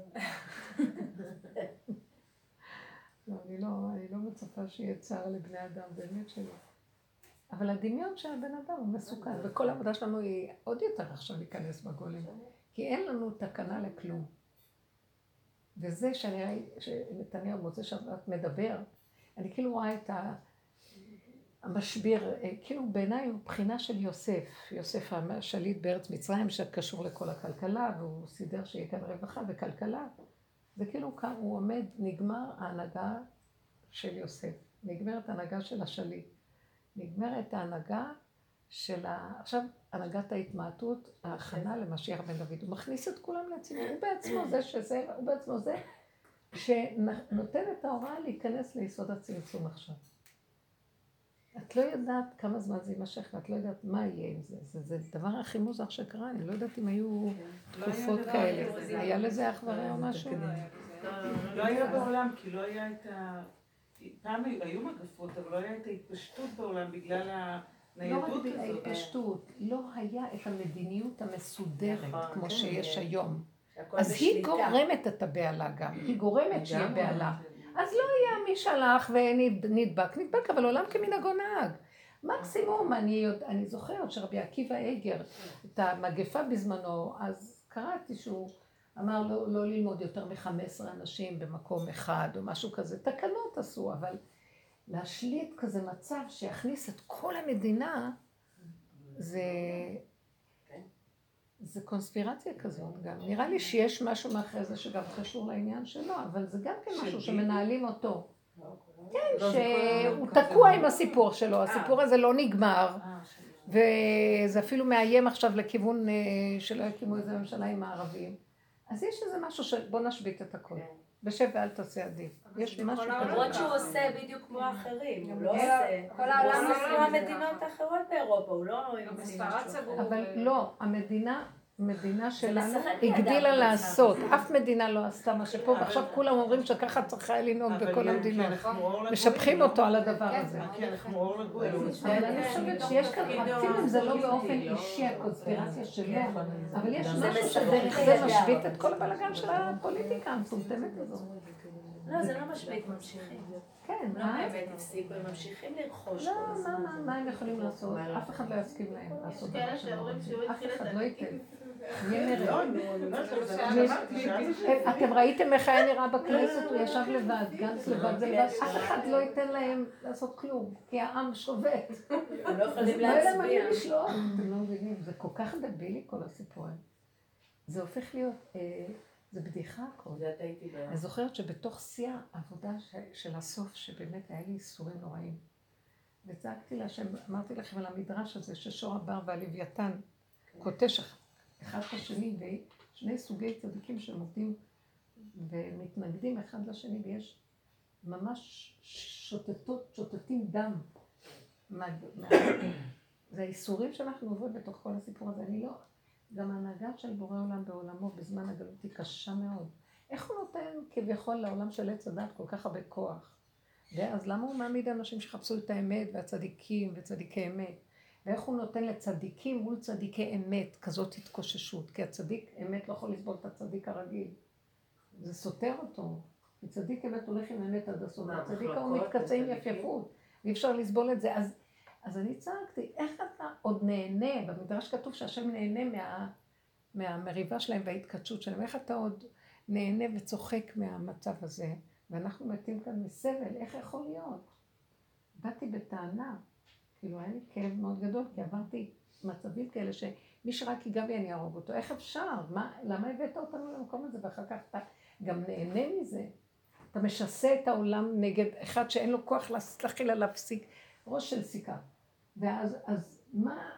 אני לא מצפה שיהיה צער לבני אדם, באמת שלא. אבל הדמיון של הבן אדם הוא מסוכן, וכל העבודה שלנו היא עוד יותר עכשיו להיכנס בגולם, כי אין לנו תקנה לכלום. וזה שנתניהו מוצא שאת מדבר, אני כאילו רואה את המשבר, כאילו בעיניי הוא בחינה של יוסף השליט בארץ מצרים שקשור לכל הכלכלה, והוא סידר שיהיה כאן רווחה וכלכלה. זה כאילו כאן הוא עומד, נגמר ההנהגה של יוסף, נגמרת ההנהגה של השליט, נגמרת ההנהגה של עכשיו הנהגת ההתמעטות, ההכנה למשיח בן דוד. הוא מכניס את כולם לעצמו, הוא בעצמו זה שנותן את ההוראה להיכנס ליסוד הצמצום עכשיו. את לא יודעת כמה זמן זה יימשך, ואת לא יודעת מה יהיה עם זה. זה דבר הכי מוזר שקרה, אני לא יודעת אם היו תקופות כאלה. היה לזה אח ורע או משהו? לא היה בעולם, כי לא היה את ה... פעם היו מגפות, אבל לא היה את ההתפשטות בעולם בגלל הניידות הזאת. לא רק ההתפשטות, לא היה את המדיניות המסודרת כמו שיש היום. אז היא גורמת את הבעלה גם, היא גורמת שיהיה בעלה. אז לא היה מי שלח ונדבק, אבל עולם כמנהגו נהג. מקסימום, אני זוכרת שרבי עקיבא איגר, את המגפה בזמנו, אז קראתי שהוא אמר לא ללמוד יותר מ-15 אנשים במקום אחד או משהו כזה. תקנות עשו, אבל להשליט כזה מצב שיכניס את כל המדינה, זה קונספירציה כזאת גם. נראה לי שיש משהו מאחרי זה שגם קשור לעניין שלו, אבל זה גם כן משהו שמנהלים אותו. כן, שהוא תקוע עם הסיפור שלו, הסיפור הזה לא נגמר, וזה אפילו מאיים עכשיו לכיוון שלא יקימו איזה ממשלה עם הערבים. אז יש איזה משהו בוא נשבית את הכל. בשב ואל תעשה עדיף. יש משהו כזה. למרות שהוא עושה בדיוק כמו האחרים, הוא לא עושה. כל העולם עושה המדינות האחרות באירופה, הוא לא... אבל לא, המדינה מדינה שלנו הגדילה לעשות, אף מדינה לא עשתה מה שפה, ועכשיו כולם אומרים שככה צריכה לנהוג בכל המדינות. משבחים אותו על הדבר הזה. כן, אנחנו אור לגויים. אבל אני חושבת שיש כאן, אפילו אם זה לא באופן אישי הקונספירציה שלו, אבל יש משהו שדרך זה משבית את כל הבלגן של הפוליטיקה המטומטמת הזאת. לא, זה לא משבית, ממשיכים. כן, לא באמת הפסיקו, הם ממשיכים לרכוש כל הזמן. לא, מה הם יכולים לעשות? אף אחד לא יסכים להם לעשות דבר כאלה שהם שאומרים רוצים. שהוא אף התחיל אחד את לא זה. ייתן. יהיה שמעתי. אתם ראיתם איך היה נראה בכנסת? הוא ישב לבד, גנץ לבד, זה לבד. אף אחד לא ייתן להם לעשות כלום, כי העם שובת. הם לא יכולים לא יהיה להם להצביע. מי לשלוח. אתם לא מבינים, זה כל כך דבילי כל הסיפור. זה הופך להיות, זה בדיחה הכל. אני זוכרת שבתוך שיא העבודה של הסוף, שבאמת היה לי איסורים נוראים, וצעקתי לה, אמרתי לכם על המדרש הזה, ששור הבר והלוויתן קוטש אחד לשני, ושני סוגי צדיקים שהם עובדים ומתנגדים אחד לשני, ויש ממש שוטטים דם. זה האיסורים שאנחנו עוברות בתוך כל הסיפור הזה. אני לא, גם ההנהגה של בורא עולם בעולמו בזמן הגלות היא קשה מאוד. איך הוא נותן כביכול לעולם של עץ הדת כל כך הרבה כוח? ואז למה הוא מעמיד אנשים שחפשו את האמת והצדיקים וצדיקי אמת? ואיך הוא נותן לצדיקים מול צדיקי אמת כזאת התקוששות? כי הצדיק אמת לא יכול לסבול את הצדיק הרגיל. זה סותר אותו. כי צדיק אמת הולך עם אמת עד הסוף. הצדיק הוא מתקצה עם יפייפות. ואי אפשר לסבול את זה. אז אני צעקתי, איך אתה עוד נהנה? במדרש כתוב שהשם נהנה מהמריבה שלהם וההתקדשות שלהם. איך אתה עוד נהנה וצוחק מהמצב הזה? ואנחנו מתים כאן מסבל, איך יכול להיות? באתי בטענה, כאילו היה לי כאב מאוד גדול, כי עברתי מצבים כאלה שמי שרק ייגע בי אני ארוג אותו. איך אפשר? למה הבאת אותנו למקום הזה? ואחר כך אתה גם נהנה מזה. אתה משסה את העולם נגד אחד שאין לו כוח להכיל עליו ראש של סיכה. ואז מה?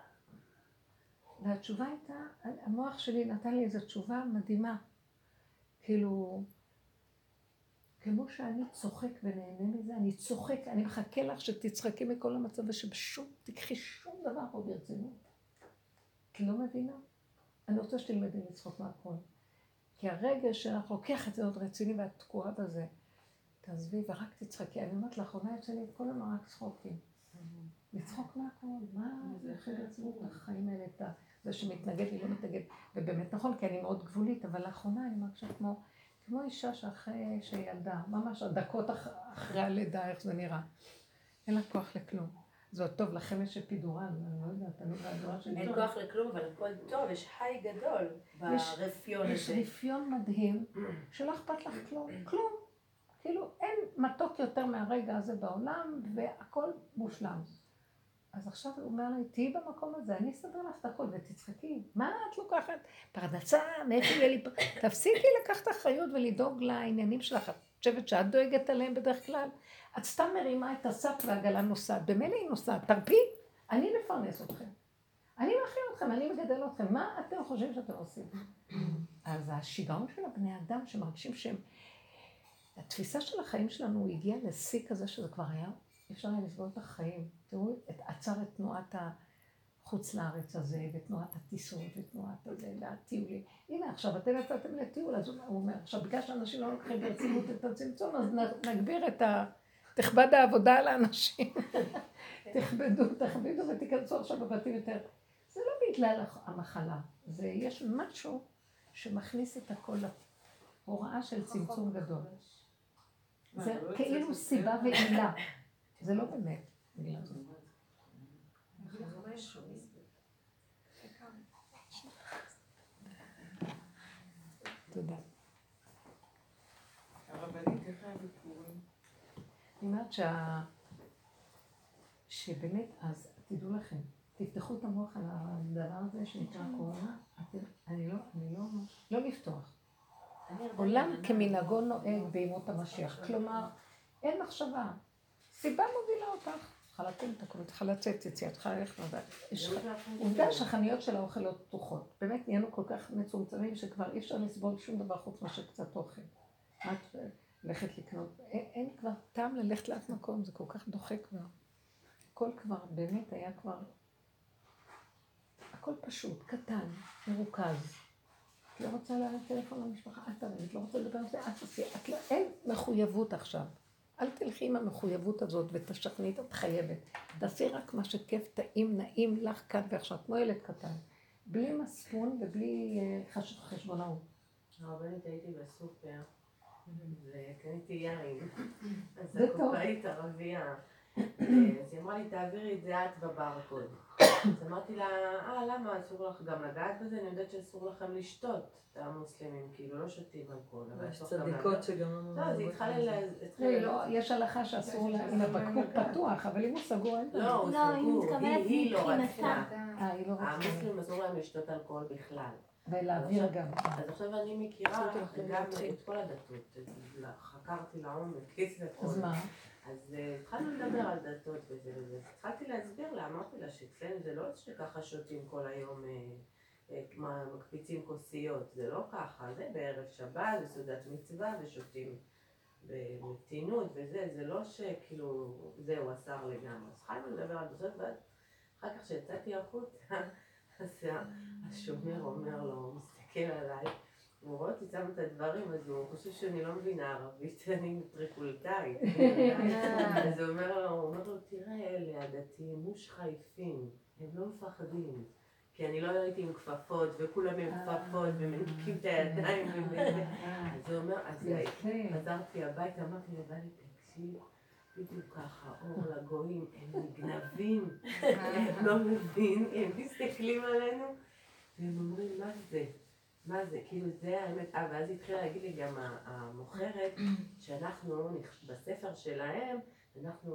והתשובה הייתה, המוח שלי נתן לי איזו תשובה מדהימה. כאילו, כמו שאני צוחק ונהנה מזה, אני צוחק, אני מחכה לך שתצחקי מכל המצב ושבשום, תקחי שום דבר פה ברצינות. כי לא מבינה. אני רוצה שתלמדי לצחוק מהכל. כי הרגע שאנחנו לוקח את זה עוד רציני ואת תקועה בזה, תעזבי ורק תצחקי. אני אומרת, לאחרונה יצא לי את כל הזמן רק צחוקים. לצחוק מהכל, מה זה הכי רצינות לחיים האלה, זה שמתנגד לי, לא מתנגד. ובאמת נכון, כי אני מאוד גבולית, אבל לאחרונה אני מרגישה כמו אישה שאחרי שילדה, ממש הדקות אחרי הלידה, איך זה נראה. אין לה כוח לכלום. זה עוד טוב, לכם יש אפידורל, אני לא יודעת, אני לא שלי. אין כוח לכלום, אבל הכל טוב, יש חי גדול ברפיון הזה. יש רפיון מדהים, שלא אכפת לך כלום, כלום. כאילו, אין מתוק יותר מהרגע הזה בעולם, והכל מושלם. אז עכשיו הוא אומר לי, תהי במקום הזה, אני אסדר לך את הכל ותצחקי. מה את לוקחת? פרנסה, מאיפה יהיה לי... תפסיקי לקחת אחריות ולדאוג לעניינים שלך. את חושבת שאת דואגת עליהם בדרך כלל? את סתם מרימה את הסף והגלה נוסעת. במילא היא נוסעת. תרפי, אני מפרנס אתכם. אני מכין אתכם, אני מגדל אתכם. מה אתם חושבים שאתם עושים? אז השיגעון של הבני אדם שמרגישים שהם... התפיסה של החיים שלנו הגיעה לשיא כזה שזה כבר היה... אפשר היה לסגור את החיים. תראו, עצר את תנועת החוץ לארץ הזה, ותנועת הטיסות, ותנועת הזה, והטיולים. הנה, עכשיו אתם יצאתם לטיול, אז הוא אומר, עכשיו בגלל שאנשים לא לוקחים ברצינות את הצמצום, אז נגביר את תכבד העבודה על האנשים. תכבדו ותיכנסו עכשיו בבתים יותר. זה לא בגלל המחלה, יש משהו שמכניס את הכל להוראה של צמצום גדול. זה כאילו סיבה ועילה. זה לא באמת בגלל זה. תודה. הרבנית, איך היה בפורים? אני אומרת שבאמת, אז תדעו לכם, תפתחו את המוח על הדבר הזה שנקרא קורונה, לא לפתוח. עולם כמנהגו נוהג בימות המשיח, כלומר, אין מחשבה. סיבה מובילה אותך, צריכה להתאים את הכל, צריכה לצאת, צריכה ללכת לדעת. עובדה שהחנויות של האוכל לא פתוחות. באמת נהיינו כל כך מצומצמים שכבר אי אפשר לסבול שום דבר חוץ מאשר קצת אוכל. את הולכת לקנות, אין כבר טעם ללכת לאף מקום, זה כל כך דוחק כבר. הכל כבר, באמת היה כבר, הכל פשוט, קטן, מרוכז. את לא רוצה להרים טלפון למשפחה, אל תרים, את לא רוצה לדבר על זה, אל תעשי, אין מחויבות עכשיו. אל תלכי עם המחויבות הזאת ותשכנית, את חייבת. תעשי רק מה שכיף, טעים, נעים לך כאן ועכשיו, כמו ילד קטן. בלי מספון ובלי חשבונאות. הרבנית הייתי בסופר, וקניתי יין, אז הקופאית ערבייה. אז היא אמרה לי, תעבירי את זה את בברקוד. אז אמרתי לה, למה אסור לך גם לגעת בזה? אני יודעת שאסור לכם לשתות, את המוסלמים, כאילו לא שותים אלכוהול. יש צדיקות שגם לא, אז היא התחילה לא, יש הלכה שאסור לה, אם הבקבוק פתוח, אבל אם הוא סגור, אין לא, הוא סגור, היא לא רצתה. היא לא רצתה. המוסלמים אסור להם לשתות אלכוהול בכלל. ולהעביר גם. אז עכשיו אני מכירה גם את כל הדתות, חקרתי לעומק, אז מה? אז התחלנו לדבר על דתות וזה וזה, התחלתי להסביר לה, אמרתי לה שאצלנו זה לא שככה שותים כל היום, מקפיצים כוסיות, זה לא ככה, זה בערב שבת, בסעודת מצווה ושותים במתינות וזה, זה לא שכאילו זהו אסר לגמרי, אז התחלנו לדבר על דתות ואחר כך שיצאתי החוצה, אז השומר אומר לו, מסתכל עליי, הוא רואה אותי שמה את הדברים, אז הוא חושב שאני לא מבינה ערבית, אני טריקולטאית. אז הוא אומר לו, תראה אלה הדתיים, מוש חייפים, הם לא מפחדים. כי אני לא הייתי עם כפפות, וכולם עם כפפות, ומנקים את הידיים, אז הוא אומר, אז חזרתי הביתה, אמרתי לבעלי, תקשיב, בדיוק ככה, אור לגויים, הם נגנבים, הם לא מבינים, הם מסתכלים עלינו, והם אומרים, מה זה? מה זה? כאילו זה האמת, ואז התחילה להגיד לי גם המוכרת, שאנחנו, בספר שלהם, אנחנו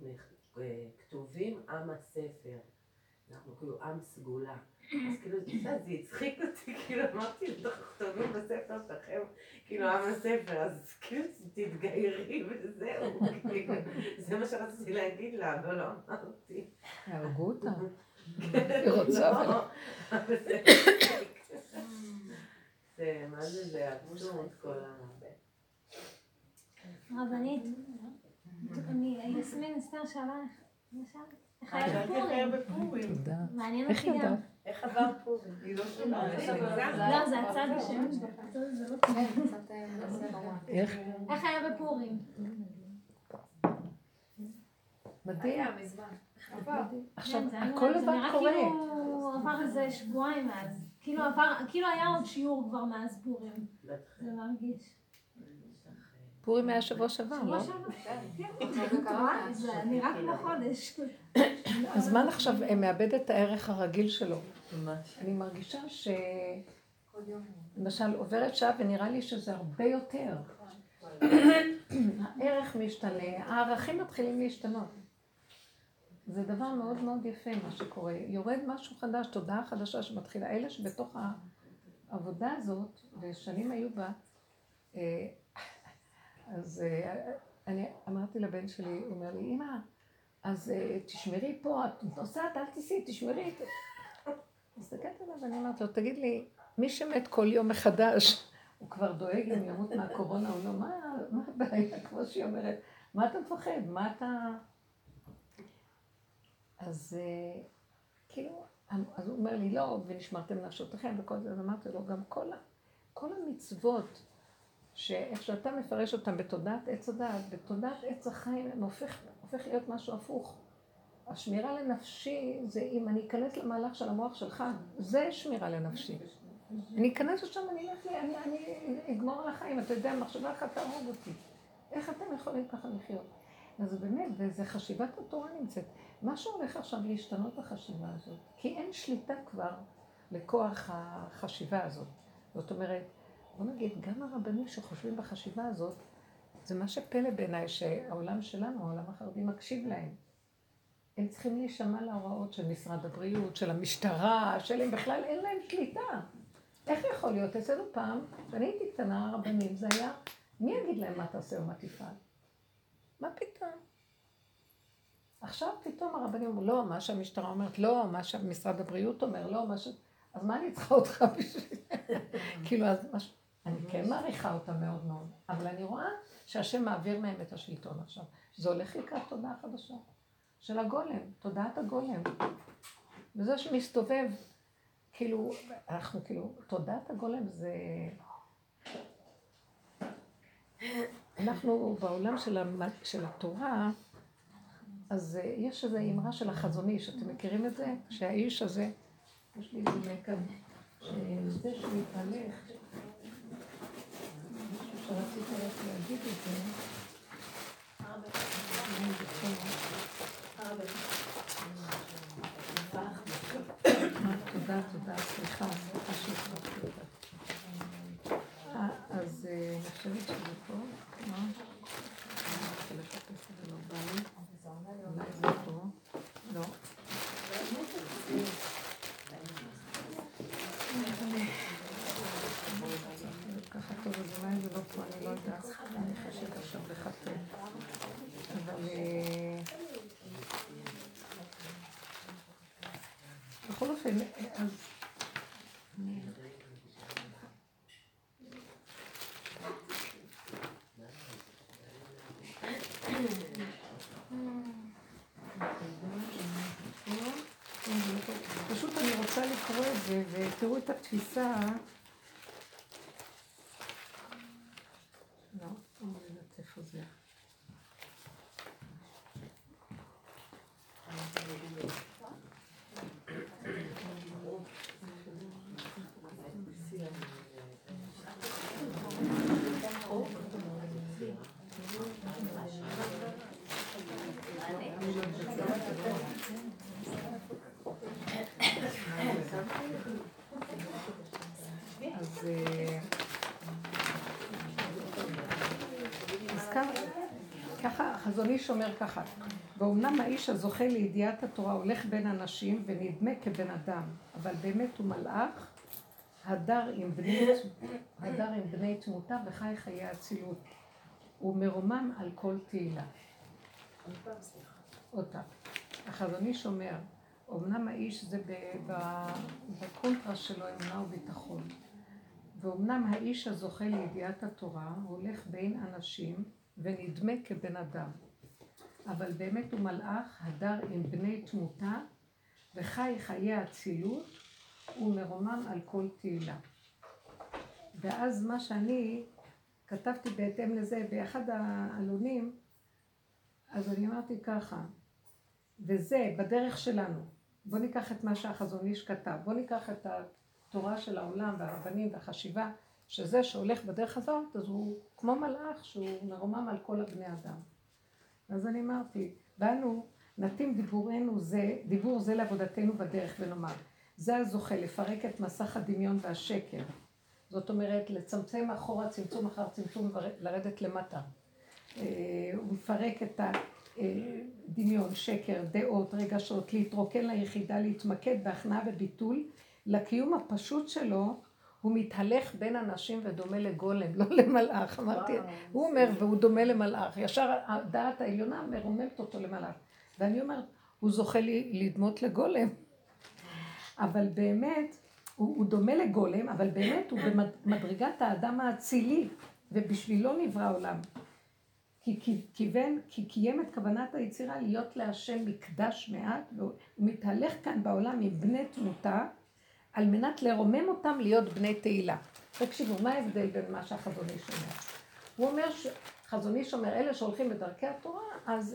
כתובים עם הספר. אנחנו כאילו עם סגולה. אז כאילו זה הצחיק אותי, כאילו אמרתי, אנחנו כתובים בספר שלכם, כאילו עם הספר, אז כאילו תתגיירי וזהו, כאילו, זה מה שרציתי להגיד לה, אבל לא אמרתי. הרגו אותה. היא רוצה אבל... זה, מה זה אבסורד כל ה... רבנית, יסמין אסתר שאלה לך, איך היה בפורים? תודה. מעניין אותי גם. איך עבר פורים? היא לא שומעת. לא, זה הצד השם. איך? איך היה בפורים? מדהים. עכשיו, זה הכל לבד נראה קורה. כאילו עבר איזה שבועיים מאז. כאילו היה עוד שיעור כבר מאז פורים. זה מרגיש. פורים היה שבוע שעבר, לא? שבוע שעבר. זה נראה כמו חודש. הזמן עכשיו מאבד את הערך הרגיל שלו. ממש. אני מרגישה למשל עוברת שעה ונראה לי שזה הרבה יותר. הערך משתנה, הערכים מתחילים להשתנות. זה דבר מאוד מאוד יפה מה שקורה. יורד משהו חדש, תודעה חדשה שמתחילה. אלה שבתוך העבודה הזאת, ושנים היו בה, אז אני אמרתי לבן שלי, הוא אומר לי, אמא, אז תשמרי פה, את נוסעת, אל תיסעי, תשמרי. הסתכלת עליו ואני אמרתי לו, תגיד לי, מי שמת כל יום מחדש, הוא כבר דואג אם ימות מהקורונה או לא, מה הבעיה? כמו שהיא אומרת, מה אתה מפחד? מה אתה... אז כאילו, אז הוא אומר לי, לא, ונשמרתם נפשותיכם וכל זה, אז אמרתי לו, גם כל המצוות, שאיך שאתה מפרש אותם בתודעת עץ הדעת, בתודעת עץ החיים, הם הופך להיות משהו הפוך. השמירה לנפשי זה אם אני אכנס למהלך של המוח שלך, זה שמירה לנפשי. אני אכנס לשם, אני אגמור על החיים, אתה יודע, מחשבה אחת תהרוג אותי. איך אתם יכולים ככה לחיות? אז באמת, וזה חשיבת התורה נמצאת. משהו הולך עכשיו להשתנות בחשיבה הזאת, כי אין שליטה כבר לכוח החשיבה הזאת. זאת אומרת, בוא נגיד, גם הרבנים שחושבים בחשיבה הזאת, זה מה שפלא בעיניי שהעולם שלנו, העולם החרדי מקשיב להם. הם צריכים להישמע להוראות של משרד הבריאות, של המשטרה, שלהם בכלל אין להם שליטה. איך יכול להיות? אצלנו פעם, כשאני הייתי קטנה, הרבנים, זה היה, מי יגיד להם מה תעשה או מה תפעל? מה פתאום? עכשיו פתאום הרבנים אומרים, לא, מה שהמשטרה אומרת, לא, מה שמשרד הבריאות אומר, לא, מה ש... אז מה אני צריכה אותך בשביל... כאילו, אז אני כן מעריכה אותה מאוד מאוד, אבל אני רואה שהשם מעביר מהם את השלטון עכשיו. זה הולך לקראת תודעה חדשה של הגולם, תודעת הגולם. וזה שמסתובב כאילו, אנחנו כאילו, תודעת הגולם זה... אנחנו בעולם של התורה, אז יש איזו אמרה של החזון איש, אתם מכירים את זה? שהאיש הזה, יש לי איזה כאן, שזה שמתהלך, משהו שרציתי רק להגיד את זה. תודה, סליחה שהצלחתי אותה. אז אני חושבת שזה פה, מה? אני רוצה לחפש את זה, לא בא לי. אולי זה פה. לא. ככה טוב, אז אולי זה לא פה, אני לא יודעת. אני חושבת עכשיו לחפש. אבל... בכל אופן, אז... פשוט אני רוצה לקרוא את זה, ותראו את התפיסה. לא, אני יודעת איפה זה. ככה החזון איש אומר ככה, ואומנם האיש הזוכה לידיעת התורה הולך בין אנשים ונדמה כבן אדם, אבל באמת הוא מלאך, הדר עם בני תמותה וחי חיי אצילות, הוא מרומם על כל תהילה. אותה. החזון איש אומר, אומנם האיש זה בקונטרה שלו אמונה וביטחון, ואומנם האיש הזוכה לידיעת התורה הולך בין אנשים ונדמה כבן אדם, אבל באמת הוא מלאך, הדר עם בני תמותה וחי חיי אצילות, הוא מרומם על כל תהילה. ואז מה שאני כתבתי בהתאם לזה באחד העלונים, אז אני אמרתי ככה, וזה בדרך שלנו, בוא ניקח את מה שהחזון איש כתב, בוא ניקח את התורה של העולם והרבנים והחשיבה, שזה שהולך בדרך הזאת, אז הוא כמו מלאך שהוא מרומם על כל הבני אדם. אז אני אמרתי, באנו נתאים דיבור זה לעבודתנו בדרך ונאמר, זה הזוכה לפרק את מסך הדמיון והשקר, זאת אומרת לצמצם אחורה, צמצום אחר צמצום ולרדת למטה. הוא מפרק את הדמיון, שקר, דעות, רגשות, להתרוקן ליחידה, להתמקד בהכנעה וביטול, לקיום הפשוט שלו, הוא מתהלך בין אנשים ודומה לגולם, לא למלאך, אמרתי, הוא אומר, והוא דומה למלאך, ישר הדעת העליונה מרוממת אותו למלאך, ואני אומרת, הוא זוכה לדמות לגולם, אבל באמת, הוא דומה לגולם, אבל באמת הוא במדרגת האדם האצילי, ובשבילו נברא עולם, כי קיים את כוונת היצירה להיות להשם מקדש מעט, והוא מתהלך כאן בעולם עם בני תמותה, על מנת לרומם אותם להיות בני תהילה. תקשיבו, מה ההבדל בין מה שהחזון איש אומר? הוא אומר, חזון איש אומר, אלה שהולכים בדרכי התורה, אז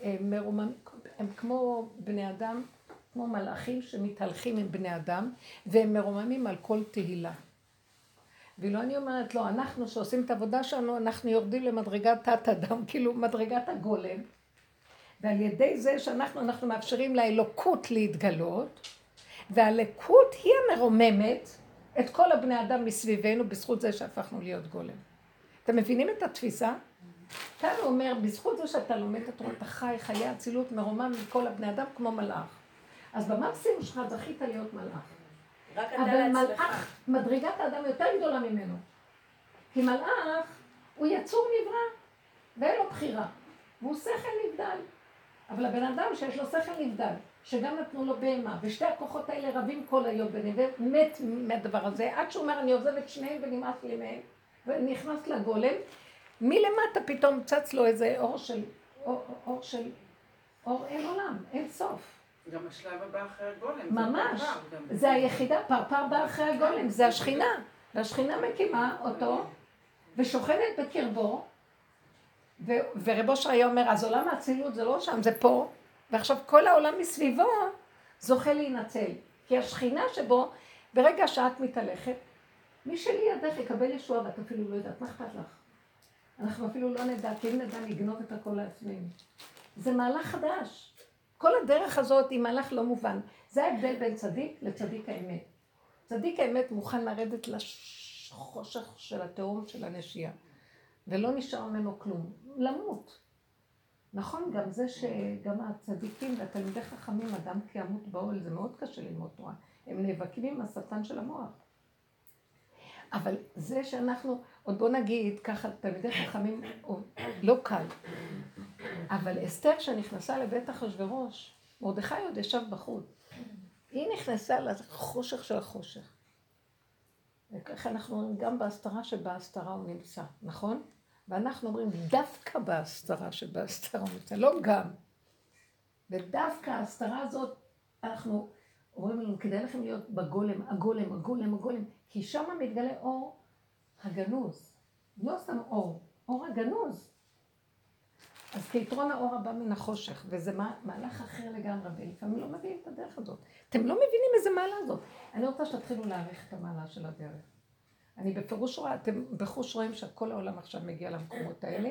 הם כמו בני אדם, כמו מלאכים שמתהלכים עם בני אדם, והם מרוממים על כל תהילה. ולא אני אומרת, לא, אנחנו שעושים את העבודה שלנו, אנחנו יורדים למדרגת תת אדם, כאילו מדרגת הגולם, ועל ידי זה שאנחנו מאפשרים לאלוקות להתגלות, והלקות היא המרוממת את כל הבני אדם מסביבנו בזכות זה שהפכנו להיות גולם. אתם מבינים את התפיסה? כאן הוא אומר, בזכות זה שאתה לומד את התורה, אתה חי, חיי אצילות מרומם מכל הבני אדם כמו מלאך. אז במקסימום שלך זכית להיות מלאך. אבל מלאך, מדרגת האדם יותר גדולה ממנו. כי מלאך הוא יצור נברא, ואין לו בחירה, והוא שכל נבדל. אבל הבן אדם שיש לו שכל נבדל, שגם נתנו לו בהמה, ושתי הכוחות האלה רבים כל היום ביניהם, ומת מהדבר הזה, עד שהוא אומר, אני עוזב את שניהם ונמאס לי מהם, ונכנס לגולם, מלמטה פתאום צץ לו איזה אור אין עולם, אין סוף. גם השלב הבא אחרי הגולם. ממש. זה היחידה, פרפר בא אחרי הגולם, זה השכינה. והשכינה מקימה אותו, ושוכנת בקרבו, ורב אושר היה אומר, אז עולם האצילות זה לא שם, זה פה, ועכשיו כל העולם מסביבו זוכה להינצל. כי השכינה שבו, ברגע שאת מתהלכת, מי שלידך יקבל ישועה, ואת אפילו לא יודעת, מה אכפת לך? אנחנו אפילו לא נדע, כי אם נדע נגנוב את הכל לעצמנו. זה מהלך חדש. כל הדרך הזאת היא מהלך לא מובן. זה ההבדל בין צדיק לצדיק האמת. צדיק האמת מוכן לרדת לחושך של התהום של הנשייה, ולא נשאר ממנו כלום. למות. נכון, גם זה שגם הצדיקים והתלמידי חכמים, אדם כעמות באוהל, זה מאוד קשה ללמוד תורה. הם נאבקים עם השטן של המוח. אבל זה שאנחנו, עוד בוא נגיד, ככה תלמידי חכמים, לא קל. אבל אסתר שנכנסה לבית אחשוורוש, מרדכי עוד ישב בחוץ. היא נכנסה לחושך של החושך. וככה אנחנו אומרים, גם בהסתרה שבהסתרה הוא נמצא, נכון? ואנחנו אומרים, דווקא בהסתרה שבהסתרה הוא נמצא, לא גם. ודווקא ההסתרה הזאת, אנחנו אומרים לנו, כדאי לכם להיות בגולם, הגולם, הגולם, הגולם, כי שם מתגלה אור הגנוז. לא סתם אור הגנוז. אז כיתרון האור הבא מן החושך, וזה מהלך אחר לגמרי, ולפעמים לא מביאים את הדרך הזאת. אתם לא מבינים איזה מעלה הזאת. אני רוצה שתתחילו להעריך את המעלה של הדרך. אני בפירוש רואה, אתם בחוש רואים שכל העולם עכשיו מגיע למקומות האלה,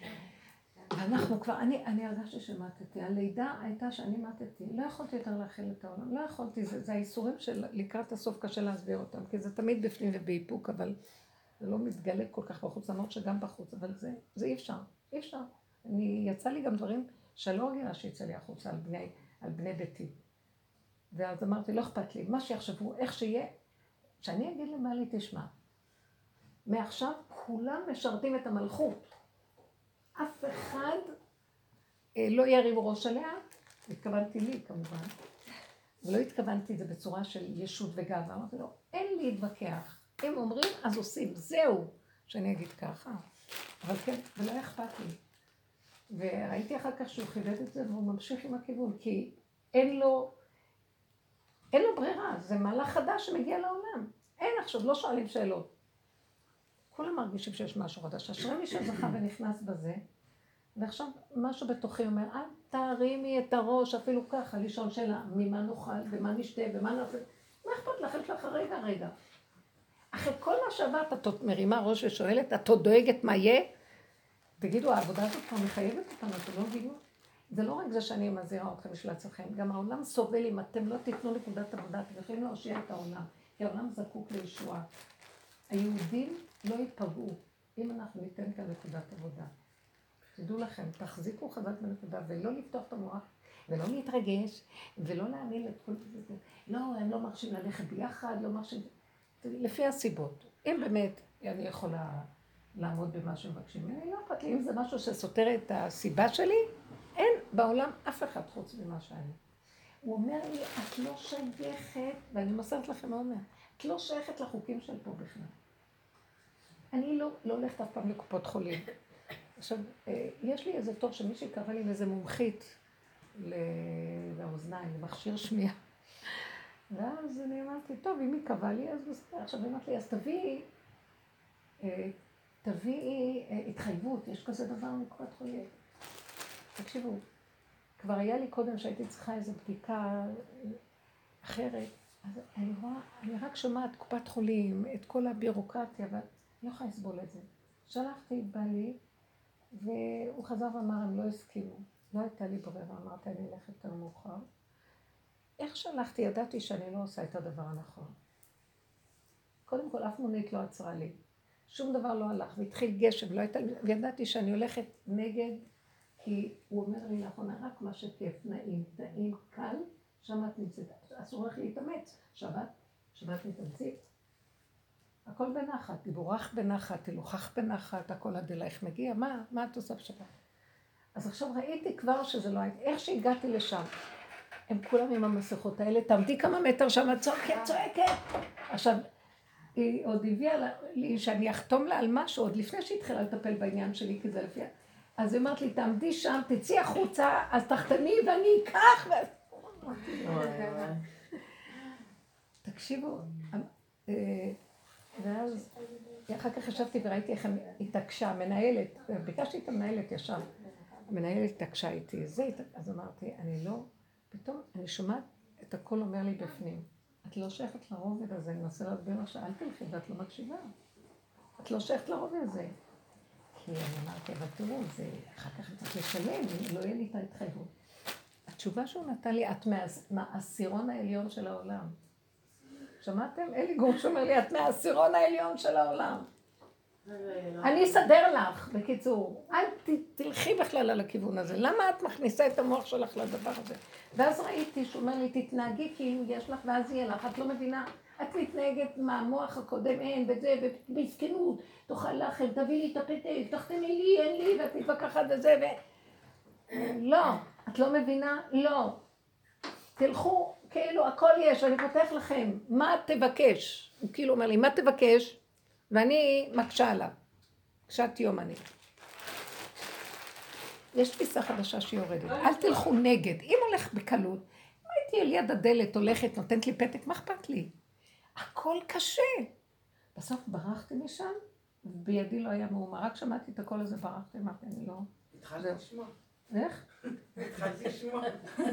ואנחנו כבר, אני הרגשתי שמתתי. הלידה הייתה שאני מתתי, לא יכולתי יותר להכיל את העולם, לא יכולתי, זה האיסורים של לקראת הסוף קשה להסביר אותם, כי זה תמיד בפנים ובאיפוק, אבל זה לא מתגלה כל כך בחוץ, למרות שגם בחוץ, אבל זה אי אפשר, אי אפשר. יצא לי גם דברים שלא רגילה שיצא לי החוצה על בני ביתי. ואז אמרתי, לא אכפת לי, מה שיחשבו, איך שיהיה, שאני אגיד למעלי, תשמע, מעכשיו כולם משרתים את המלכות. אף אחד לא יריב ראש עליה, התכוונתי לי כמובן, ולא התכוונתי את זה בצורה של ישות וגאווה, אמרתי לו, אין לי להתווכח, אם אומרים אז עושים, זהו, שאני אגיד ככה, אבל כן, ולא אכפת לי. וראיתי אחר כך שהוא חידד את זה והוא ממשיך עם הכיוון, כי אין לו ברירה, זה מהלך חדש שמגיע לעולם. אין עכשיו, לא שואלים שאלות. כולם מרגישים שיש משהו חדש. אשרי מי שזכה ונכנס בזה, ועכשיו משהו בתוכי אומר, אל תרימי את הראש, אפילו ככה, לישון שאלה, ממה נאכל, ומה נשתה, ומה נעשה. מה אכפת לך? יש לך רגע. אחרי כל מה שעברת, את מרימה ראש ושואלת, את עוד דואגת מה יהיה? תגידו, העבודה הזאת כבר מחייבת אותנו, אתם לא מבינים? זה לא רק זה שאני מזהירה אתכם בשביל עצמכם, גם העולם סובל אם אתם לא תיתנו נקודת עבודה, אתם יכולים להושיע את העולם, כי העולם זקוק לישועה. היהודים לא ייפגעו אם אנחנו ניתן כאן נקודת עבודה. תדעו לכם, תחזיקו חזק בנקודה ולא לפתוח את המוח ולא להתרגש ולא להעמיל את כל זה. לא, הם לא מרשים ללכת ביחד, לא מרשים... לפי הסיבות. אם באמת אני יכולה לעמוד במה שמבקשים ממני, לא אכפת לי. אם זה משהו שסותר את הסיבה שלי, אין בעולם אף אחד חוץ ממה שאני. הוא אומר לי, את לא שייכת, ואני מוסרת לכם מה הוא אומר, את לא שייכת לחוקים של פה בכלל. אני לא הולכת אף פעם לקופות חולים. עכשיו, יש לי איזה טוב שמישהי קרא לי איזה מומחית לאוזניים, למכשיר שמיעה. ואז אני אמרתי, טוב, אם היא קבעה לי, אז בסדר. עכשיו היא אמרת לי, אז תביאי התחייבות, יש כזה דבר מקופת חולים. תקשיבו, כבר היה לי קודם שהייתי צריכה איזו בדיקה אחרת, אז אני רק שומעת קופת חולים, את כל הבירוקרטיה, ואני לא יכולה לסבול את זה. שלחתי את בעלי, והוא חזר ואמר, הם לא הסכימו. לא הייתה לי ברירה, אמרתי, אני אלך יותר מאוחר. איך שלחתי? ידעתי שאני לא עושה את הדבר הנכון. קודם כל, אף מונית לא עצרה לי. שום דבר לא הלך, והתחיל גשם, לא הייתה, וידעתי שאני הולכת נגד, כי הוא אומר לי לאחרונה, רק מה שכיף, נעים, קל, שם את נמצאת. אסור לך להתאמץ. שבת מתאמצית. הכל בנחת, תבורך בנחת, תלוכח בנחת, הכל עד אלייך מגיע. מה את עושה בשבת? אז עכשיו ראיתי כבר שזה לא היה, איך שהגעתי לשם, הם כולם עם המסכות האלה, תעמדי כמה מטר שם, צועקת. עכשיו, היא עוד הביאה לי שאני אחתום לה על משהו, עוד לפני שהתחילה לטפל בעניין שלי, כי זה לפי... אז היא אמרת לי, תעמדי שם, תצאי החוצה, אז תחתני ואני אקח. תקשיבו, ואז אחר כך ישבתי וראיתי איך התעקשה, מנהלת, ביקשתי את המנהלת ישר, המנהלת התעקשה איתי, אז אמרתי, אני לא, פתאום אני שומעת את הכל אומר לי בפנים, את לא שייכת לרובד הזה, אני מנסה להסביר לך שאל תלכי ואת לא מקשיבה, את לא שייכת לרובד הזה. כי אני אמרתי, אבל תראו, זה אחר כך צריך לשלם, לא יהיה לי את ההתחייבות. התשובה שהוא נתן לי, את מהעשירון העליון של העולם. שמעתם? אלי גורש אומר לי, את מהעשירון העליון של העולם. אני אסדר לך, בקיצור. אל תלכי בכלל על הכיוון הזה. למה את מכניסה את המוח שלך לדבר הזה? ואז ראיתי שהוא אומר לי, תתנהגי כאילו יש לך, ואז יהיה לך. את לא מבינה? את מתנהגת מהמוח הקודם, אין, וזה, ובסכנות, תאכל לחם, תביא לי את הפתק, תחתמי לי, אין לי, ואת מתווכחת וזה, לא, את לא מבינה? לא. תלכו, כאילו, הכל יש, ואני פותח לכם, מה תבקש? הוא כאילו אומר לי, מה תבקש? ואני מקשה עליו. קשת יום אני. יש תפיסה חדשה שיורדת. אל תלכו נגד. אם הולך בקלות, אם הייתי על יד הדלת, הולכת, נותנת לי פתק, מה אכפת לי? הכל קשה. בסוף ברחתי משם, ובידי לא היה מאומה. רק שמעתי את הכל הזה, ברחתי, אמרתי, אני לא... התחלתי לשמוע. איך? התחלתי לשמוע.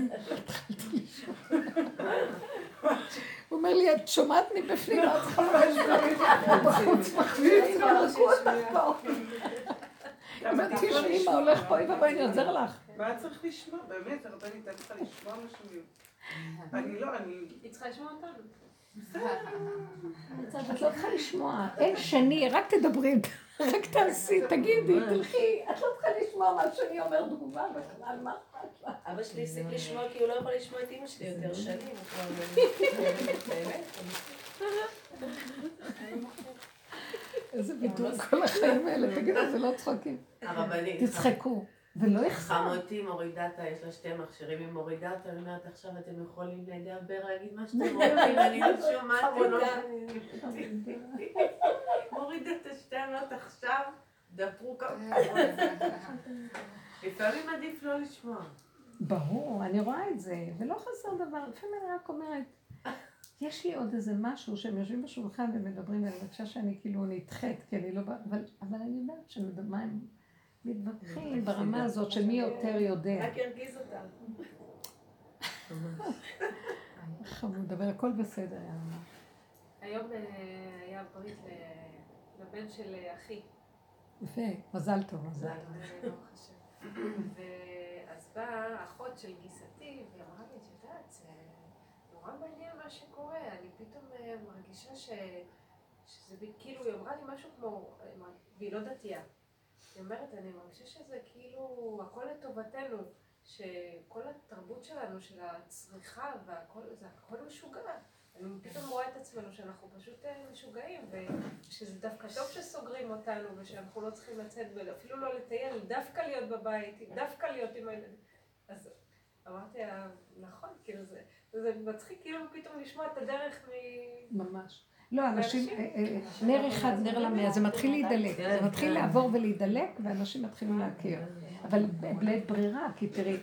הוא אומר לי, את שומעת מבפנים, את צריכה בחוץ מחמיאים, תרקו אותך פה. אם את תשמעי מה הולך פה, איבא, אני עוזר לך. מה צריך לשמוע? באמת, הרבנית, את צריכה לשמוע משהו. אני לא, היא צריכה לשמוע אותנו. את לא צריכה לשמוע, אין שני, רק תדברי, רק תעשי, תגידי, תלכי, את לא צריכה לשמוע מה שאני אומר תגובה בכלל, מה אכפת לך? אבא שלי הפסיק לשמוע כי הוא לא יכול לשמוע את אמא שלי יותר שנים. באמת. איזה ביטוי כל החיים האלה, תגידו, זה לא צחוקים. הרבנית. תצחקו, ולא יחסר. חמותי מורידה אותה, יש לה 2 מכשירים, היא מורידה אותה, אני אומרת עכשיו אתם יכולים לדבר, להגיד מה שאתם רוצים, אני לא שומעת, מורידה את השתנות עכשיו, דפרו כמה. לפעמים עדיף לא לשמוע. ברור, אני רואה את זה, ולא חסר דבר, לפעמים אני רק אומרת, יש לי עוד איזה משהו שהם יושבים בשולחן ומדברים, ואני חושבת שאני כאילו נדחית, כי אני לא... אבל אני יודעת שמה הם מתווכחים ברמה הזאת של מי יותר יודע. רק ירגיז אותם. חמוד, דבר, הכל בסדר, יאללה. היום היה ברית לבן של אחי. יפה, מזל טוב, מזל. ברוך השם. ואז באה אחות של גיסתי ואמרה לי, את יודעת, זה נורא מעניין מה שקורה, אני פתאום מרגישה שזה כאילו, היא אמרה לי משהו כמו, והיא לא דתייה. היא אומרת, אני מרגישה שזה כאילו הכל לטובתנו, שכל התרבות שלנו, של הצריכה והכל, זה הכל משוגע. אני פתאום רואה את עצמנו שאנחנו פשוט משוגעים, ושזה דווקא טוב שסוגרים אותנו, ושאנחנו לא צריכים לצאת, ואפילו לא לטייל, דווקא להיות בבית, דווקא להיות עם הילדים. אז אמרתי, נכון, כאילו זה מצחיק כאילו פתאום לשמוע את הדרך ממש. לא, אנשים, נר אחד, נר למאה, זה מתחיל להידלק, זה מתחיל לעבור ולהידלק, ואנשים מתחילים להכיר. אבל בלית ברירה, כי תראי,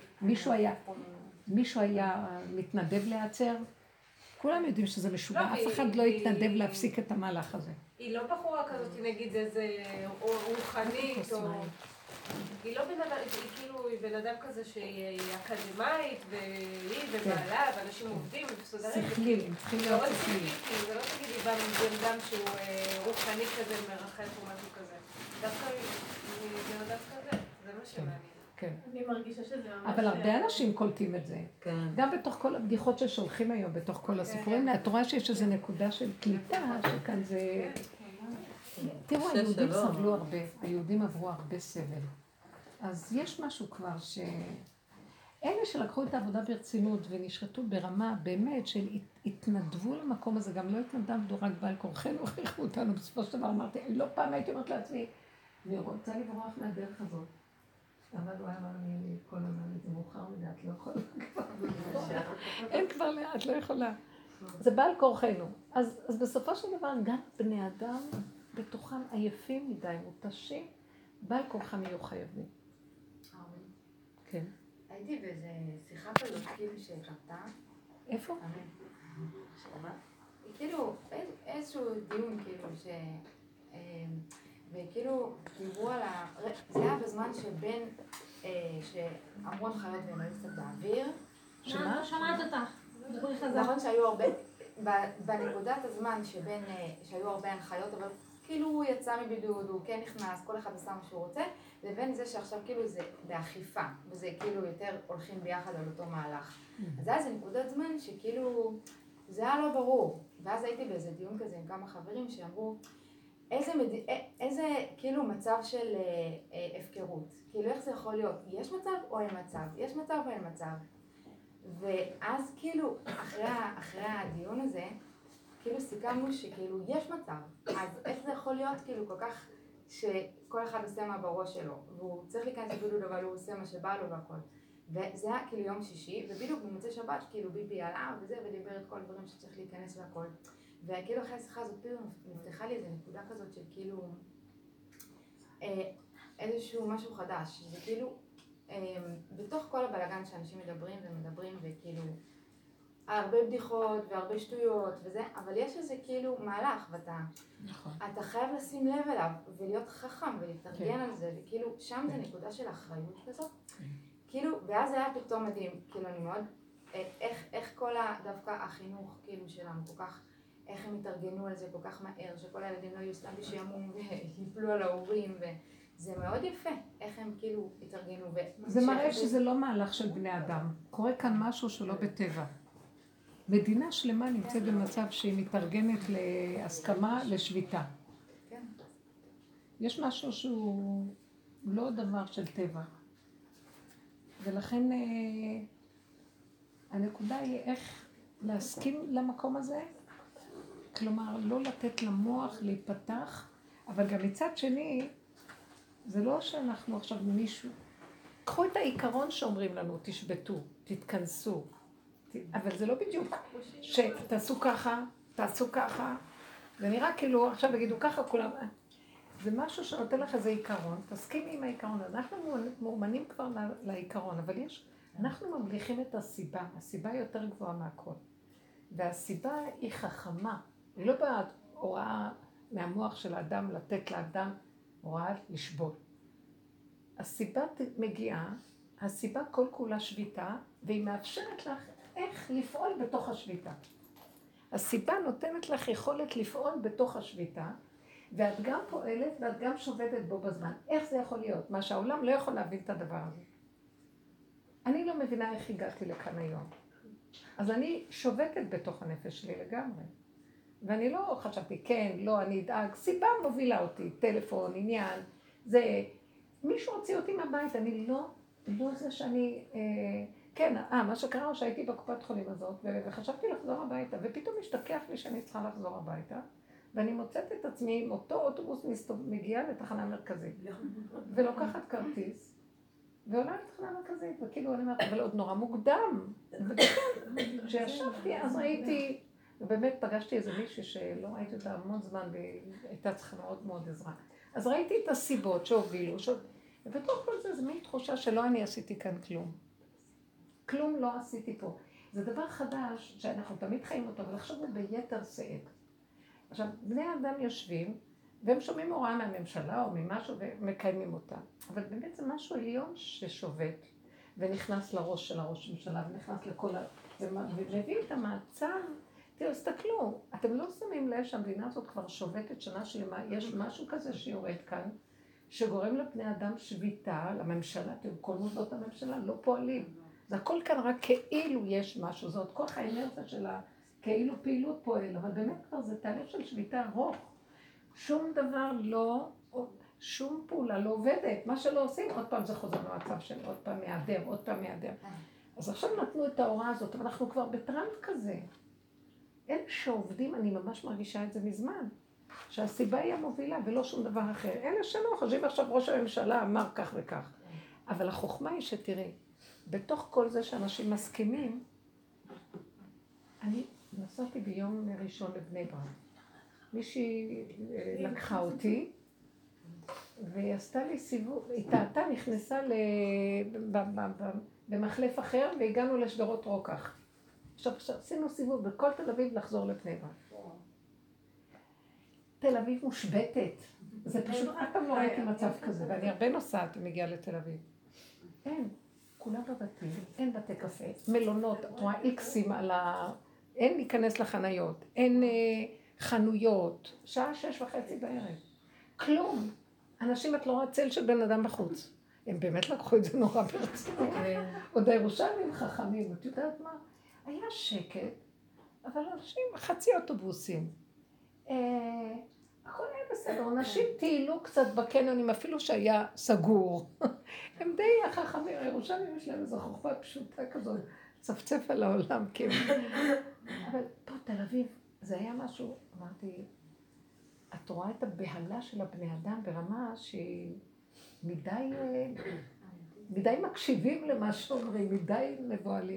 מישהו היה מתנדב להיעצר, כולם יודעים שזה משוגע, אף אחד לא יתנדב להפסיק את המהלך הזה. היא לא בחורה כזאת, נגיד איזה רוחנית, או... היא לא בן אדם, היא כאילו בן אדם כזה שהיא אקדמאית, והיא ובעלה, ואנשים עובדים ומסודרים. שכלים, צריכים להיות שכלים. זה לא תגידי בן אדם שהוא רוחני כזה, מרחף או משהו כזה. דווקא בן אדם כזה, זה מה שמעניין. כן. אני מרגישה שזה ממש... אבל הרבה אנשים קולטים את זה. גם בתוך כל הבדיחות ששולחים היום, בתוך כל הסיפורים, את רואה שיש איזו נקודה של קליטה, שכאן זה... תראו, היהודים סבלו הרבה, היהודים עברו הרבה סבל. אז יש משהו כבר אלה שלקחו את העבודה ברצינות ונשחטו ברמה באמת של התנדבו למקום הזה, גם לא התנדבו רק בעל כורחנו, הכריחו אותנו. בסופו של דבר אמרתי, לא פעם הייתי אומרת לעצמי, אני רוצה לברוח מהדרך הזאת. אבל הוא היה אמר לי, כל הזמן, זה מאוחר מדי, את לא יכולה כבר. אין כבר לאט, לא יכולה. זה בעל כורחנו. אז בסופו של דבר, גם בני אדם בתוכם עייפים מדי, מותשים, בעל כורחם יהיו חייבים. כן. הייתי באיזה שיחה כזאת, כאילו שקרתה. איפה? כאילו, איזשהו דיון, כאילו, וכאילו, דיברו על זה היה בזמן שבין, שאמרו הנחיות והם היו קצת באוויר. שמה? לא שומעת אותך. דברי חזק. נכון שהיו הרבה, בנקודת הזמן שבין, שהיו הרבה הנחיות, אבל כאילו הוא יצא מבידוד, הוא כן נכנס, כל אחד עשה מה שהוא רוצה, לבין זה שעכשיו כאילו זה באכיפה, וזה כאילו יותר הולכים ביחד על אותו מהלך. אז היה איזה נקודת זמן שכאילו, זה היה לא ברור. ואז הייתי באיזה דיון כזה עם כמה חברים שאמרו, איזה כאילו מצב של הפקרות. כאילו איך זה יכול להיות? יש מצב או אין מצב? יש מצב או אין מצב? ואז כאילו, אחרי הדיון הזה, כאילו סיכמנו שכאילו יש מצב. אז איך זה יכול להיות כאילו כל כך שכל אחד עושה מה בראש שלו, והוא צריך להיכנס לבידוד אבל הוא עושה מה שבא לו והכל. וזה היה כאילו יום שישי, ובדיוק במוצאי שבת כאילו ביבי עלה וזה, ודיבר את כל הדברים שצריך להיכנס והכל. וכאילו אחרי השיחה הזאת פתאום נפתחה לי איזו נקודה כזאת של כאילו איזשהו משהו חדש. זה כאילו בתוך כל הבלגן שאנשים מדברים ומדברים וכאילו הרבה בדיחות והרבה שטויות וזה, אבל יש איזה כאילו מהלך ואתה אתה חייב לשים לב אליו ולהיות חכם ולהתארגן על זה, וכאילו שם זה נקודה של אחריות כזאת. כאילו, ואז היה פתאום מדהים, כאילו אני מאוד, איך כל דווקא החינוך כאילו שלנו כל כך, איך הם התארגנו על זה כל כך מהר, שכל הילדים לא יהיו סתם בשעמום ויפלו על ההורים, וזה מאוד יפה, איך הם כאילו התארגנו. זה מראה שזה לא מהלך של בני אדם, קורה כאן משהו שלא בטבע. מדינה שלמה נמצאת במצב שהיא מתארגנת להסכמה לשביתה. יש משהו שהוא לא דבר של טבע. ולכן הנקודה היא איך להסכים למקום הזה, כלומר לא לתת למוח להיפתח, אבל גם מצד שני, זה לא שאנחנו עכשיו מישהו. קחו את העיקרון שאומרים לנו, תשבתו, תתכנסו, אבל זה לא בדיוק שתעשו ככה, תעשו ככה, זה נראה כאילו עכשיו יגידו ככה כולם, זה משהו שנותן לך איזה עיקרון, תסכימי עם העיקרון, אנחנו מאומנים כבר לעיקרון, אבל אנחנו ממליכים את הסיבה, הסיבה היא יותר גבוהה מהכל, והסיבה היא חכמה, היא לא בהוראה מהמוח של האדם לתת לאדם הוראה לשבות. הסיבה מגיעה, הסיבה כל כולה שביתה, והיא מאפשרת לך איך לפעול בתוך השביתה. הסיבה נותנת לך יכולת לפעול בתוך השביתה, ואת גם פועלת ואת גם שובתת בו בזמן. איך זה יכול להיות? מה שהעולם לא יכול להבין את הדבר הזה. אני לא מבינה איך הגעתי לכאן היום. אז אני שובתת בתוך הנפש שלי לגמרי. ואני לא חשבתי, כן, לא, אני אדאג, סיבה מובילה אותי, טלפון, עניין, זה, מישהו הוציא אותי מהבית, אני לא זה שאני, כן, מה שקרה שהייתי בקופת חולים הזאת, וחשבתי לחזור הביתה, ופתאום השתכח לי שאני צריכה לחזור הביתה, ואני מוצאת את עצמי עם אותו אוטובוס מגיעה לתחנה מרכזית, ולוקחת כרטיס, ועולה לתחנה מרכזית, וכאילו אני אומרת, אבל עוד נורא מוקדם, כשישבתי אז ראיתי, ובאמת פגשתי איזה מישהי שלא ראיתי אותה המון זמן, והייתה צריכה מאוד מאוד עזרה. אז ראיתי את הסיבות שהובילו, ובתוך כל זה, זה מין תחושה שלא אני עשיתי כאן כלום. כלום לא עשיתי פה. זה דבר חדש שאנחנו תמיד חיים אותו, אבל עכשיו הוא ביתר שאת. עכשיו, בני האדם יושבים, והם שומעים הוראה מהממשלה או ממשהו ומקיימים אותה. אבל באמת זה משהו עליון ששובת, ונכנס לראש של הראש הממשלה, ונכנס לכל ומביא את המצב. תראו, הסתכלו, אתם לא שמים לב שהמדינה הזאת כבר שובתת שנה שלמה, יש משהו כזה שיורד כאן, שגורם לבני אדם שביתה, לממשלה, תראו, כל מוסדות הממשלה לא פועלים. זה הכל כאן רק כאילו יש משהו, זאת כוח האנרציה של כאילו פעילות פועל, אבל באמת כבר זה תהליך של שביתה ארוך. שום דבר לא, שום פעולה לא עובדת, מה שלא עושים, עוד פעם זה חוזר למצב של עוד פעם מהיעדר, עוד פעם מהיעדר. אז עכשיו נתנו את ההוראה הזאת, אבל אנחנו כבר בטראמפ כזה. אלה שעובדים, אני ממש מרגישה את זה מזמן, שהסיבה היא המובילה ולא שום דבר אחר. אלה שלא, חושבים עכשיו ראש הממשלה אמר כך וכך. אבל החוכמה היא שתראי, בתוך כל זה שאנשים מסכימים, אני נסעתי ביום ראשון לבני ברק. מישהי לקחה אותי, והיא עשתה לי סיבוב, היא טעתה, נכנסה במחלף אחר, והגענו לשדרות רוקח. עכשיו עשינו סיבוב בכל תל אביב לחזור לבני ברק. תל אביב מושבתת. זה פשוט, אף פעם לא ראיתי מצב כזה, ואני הרבה נוסעת ומגיעה לתל אביב. אין, כולם בבתים, אין בתי קפה, מלונות, את רואה איקסים על ה... אין להיכנס לחניות, אין חנויות, שעה 6:30 בערב. כלום. אנשים, את לא רואה צל של בן אדם בחוץ. הם באמת לקחו את זה נורא ברצינות. עוד הירושלמים חכמים, את יודעת מה? היה שקט, אבל אנשים, חצי אוטובוסים. הכל היה בסדר, אנשים טיילו קצת בקניונים, אפילו שהיה סגור. הם די החכמים, הירושלמים יש להם איזו חוכמה פשוטה כזאת, צפצף על העולם, כאילו. אבל פה תל אביב, זה היה משהו, אמרתי, את רואה את הבהלה של הבני אדם ברמה שהיא מדי מקשיבים למה שאומרים, מדי מבועלים.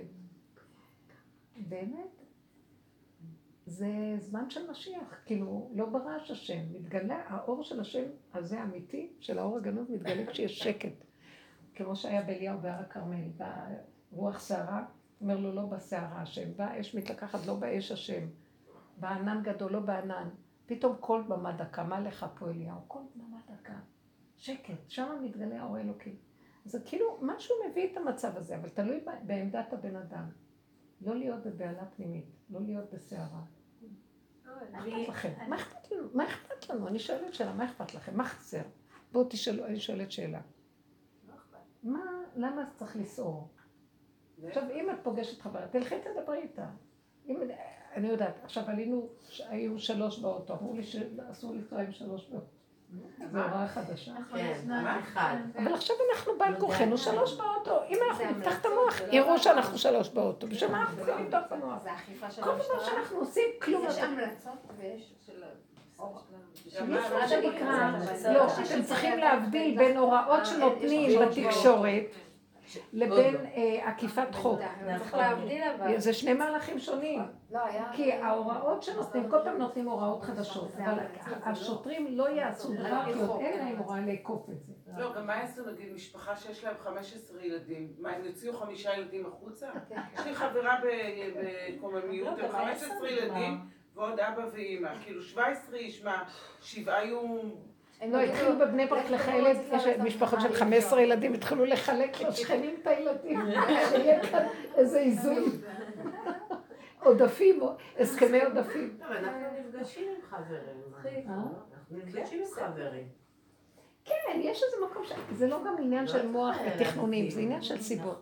באמת, זה זמן של משיח, כאילו, לא ברעש השם, מתגלה, האור של השם הזה אמיתי, של האור הגנוז, מתגלה כשיש שקט. כמו שהיה באליהו בהר הכרמל, ברוח שערה, אומר לו לא בשערה השם, באש מתלקחת לא באש השם, בענן גדול לא בענן, פתאום קול במה דקה, מה לך פה אליהו? קול במה דקה, שקט, שם מתגלה האור אלוקי. זה כאילו, משהו מביא את המצב הזה, אבל תלוי בעמדת הבן אדם. לא להיות בבעלה פנימית, לא להיות בסערה. מה אכפת לכם? מה אכפת לנו? אני שואלת שאלה, מה אכפת לכם? מה חסר? בואו תשאלו, אני שואלת שאלה. למה צריך לסעור? עכשיו, אם את פוגשת חברה, תלכי תדברי איתה. אני יודעת, עכשיו היו 3 באוטו, אמרו לי שאסור לנסוע עם 3 באוטו. זו הוראה חדשה. אבל עכשיו אנחנו בעל כוחנו 3 באוטו. אם אנחנו נפתח את המוח, יראו שאנחנו 3 באוטו. בשביל מה אנחנו צריכים לפתוח את המוח? זה אכיפה של כל דבר שאנחנו עושים, כלום. יש המלצות ויש של... יש מה שנקרא, לא, אתם צריכים להבדיל בין הוראות שנותנים בתקשורת לבין עקיפת חוק. צריך להבדיל אבל. זה 2 מהלכים שונים. כי ההוראות שנותנים, כל פעם נותנים הוראות חדשות, אבל השוטרים לא יעשו דבר, כי עוד אין להם הוראה לאכוף את זה. לא, גם מה יעשו נגיד משפחה שיש להם 15 ילדים? מה, הם יוציאו 5 ילדים החוצה? יש לי חברה בקוממיות, הם 15 ילדים ועוד אבא ואמא, כאילו 17 איש, מה, 7 היו... לא, התחילו בבני ברק לחלק, יש משפחות של 15 ילדים, התחילו לחלק לשכנים את הילדים, שיהיה כאן איזה איזון. עודפים, הסכמי עודפים. אנחנו נפגשים עם חברים. אנחנו נפגשים עם חברים. כן, יש איזה מקום זה לא גם עניין של מוח ותכנונים, זה עניין של סיבות.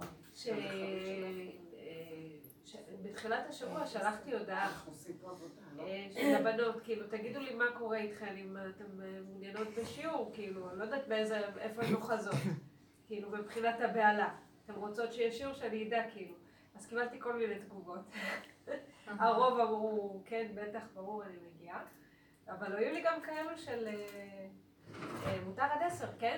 בתחילת השבוע שלחתי הודעה של הבנות, כאילו, תגידו לי מה קורה איתכן, אם אתן מעוניינות בשיעור, כאילו, אני לא יודעת איפה הן אוחזות, כאילו, מבחינת הבעלה. אתן רוצות שיש שיעור שאני אדע, כאילו. אז קיבלתי כל מיני תגובות. הרוב אמרו, כן, בטח, ברור, אני מגיעה. אבל היו לי גם כאלו של... מותר עד 10, כן?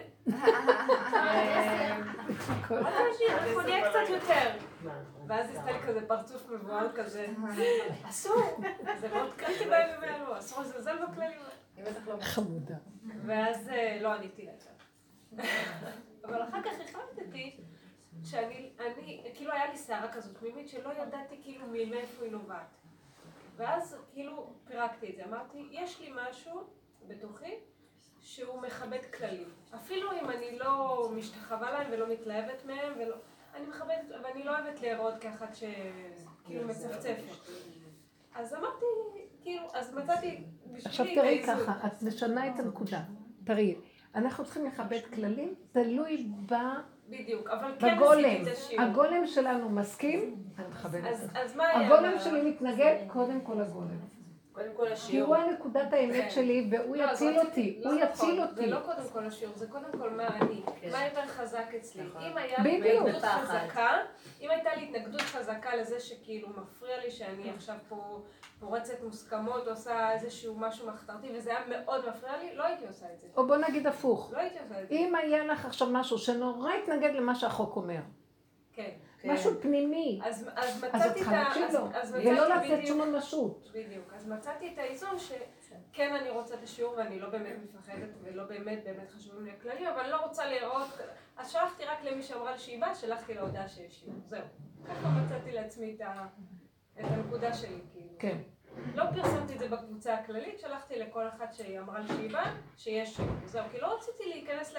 אנחנו נהיה קצת יותר. ואז עשתה לי כזה פרצוף מבועל כזה. אסור! זה מאוד קלטי בהם ומעלו, אסור לזלזל בכללים. חמודה. ואז לא עניתי להם. אבל אחר כך החלטתי שאני, כאילו היה לי שערה כזאת פנימית שלא ידעתי כאילו מאיפה היא נובעת. ואז כאילו פירקתי את זה, אמרתי, יש לי משהו בתוכי שהוא מכבד כללים. אפילו אם אני לא משתחווה להם ולא מתלהבת מהם, אני מכבדת, אבל אני לא אוהבת להיראות כאחת שכאילו מצפצפת. אז אמרתי, כאילו, אז מצאתי עכשיו תראי ככה, את משנה את הנקודה. תראי, אנחנו צריכים לכבד כללים, תלוי בדיוק, אבל כן בגולם. עשיתי את השיעור. הגולם שלנו מסכים, אני מכבדת את זה. אז מה היה? הגולם שלי מתנגד, קודם כל הגולם. קודם כל כי השיעור. הוא הנקודת האמת שלי, והוא יציל אותי, הוא יציל אותי. זה לא קודם כל השיעור, זה קודם כל מה אני, מה יותר חזק אצלי. אם היה לי בדיוק. התנגדות חזקה, אם הייתה לי התנגדות חזקה לזה שכאילו מפריע לי שאני עכשיו פה פורצת מוסכמות, עושה איזשהו משהו מחתרתי, וזה היה מאוד מפריע לי, לא הייתי עושה את זה. או בוא נגיד הפוך. לא הייתי עושה את זה. אם היה לך עכשיו משהו שנורא התנגד למה שהחוק אומר, כן. משהו פנימי. אז אז את מצאתי צריכה להקשיב לו, ולא לתת שום ממשות. בדיוק. אז מצאתי את האיזון שכן אני רוצה את השיעור ואני לא באמת מפחדת ולא באמת חשובים לי הכללי, אבל לא רוצה לראות, אז שלחתי רק למי שאמרה לי שהיא באה, שלחתי לה הודעה שיש שיעור, זהו. ככה מצאתי לעצמי את הנקודה שלי, כאילו. כן. לא פרסמתי את זה בקבוצה הכללית, שלחתי לכל אחת שהיא אמרה לי שהיא באה, שיש שיעור, זהו, כי לא רציתי להיכנס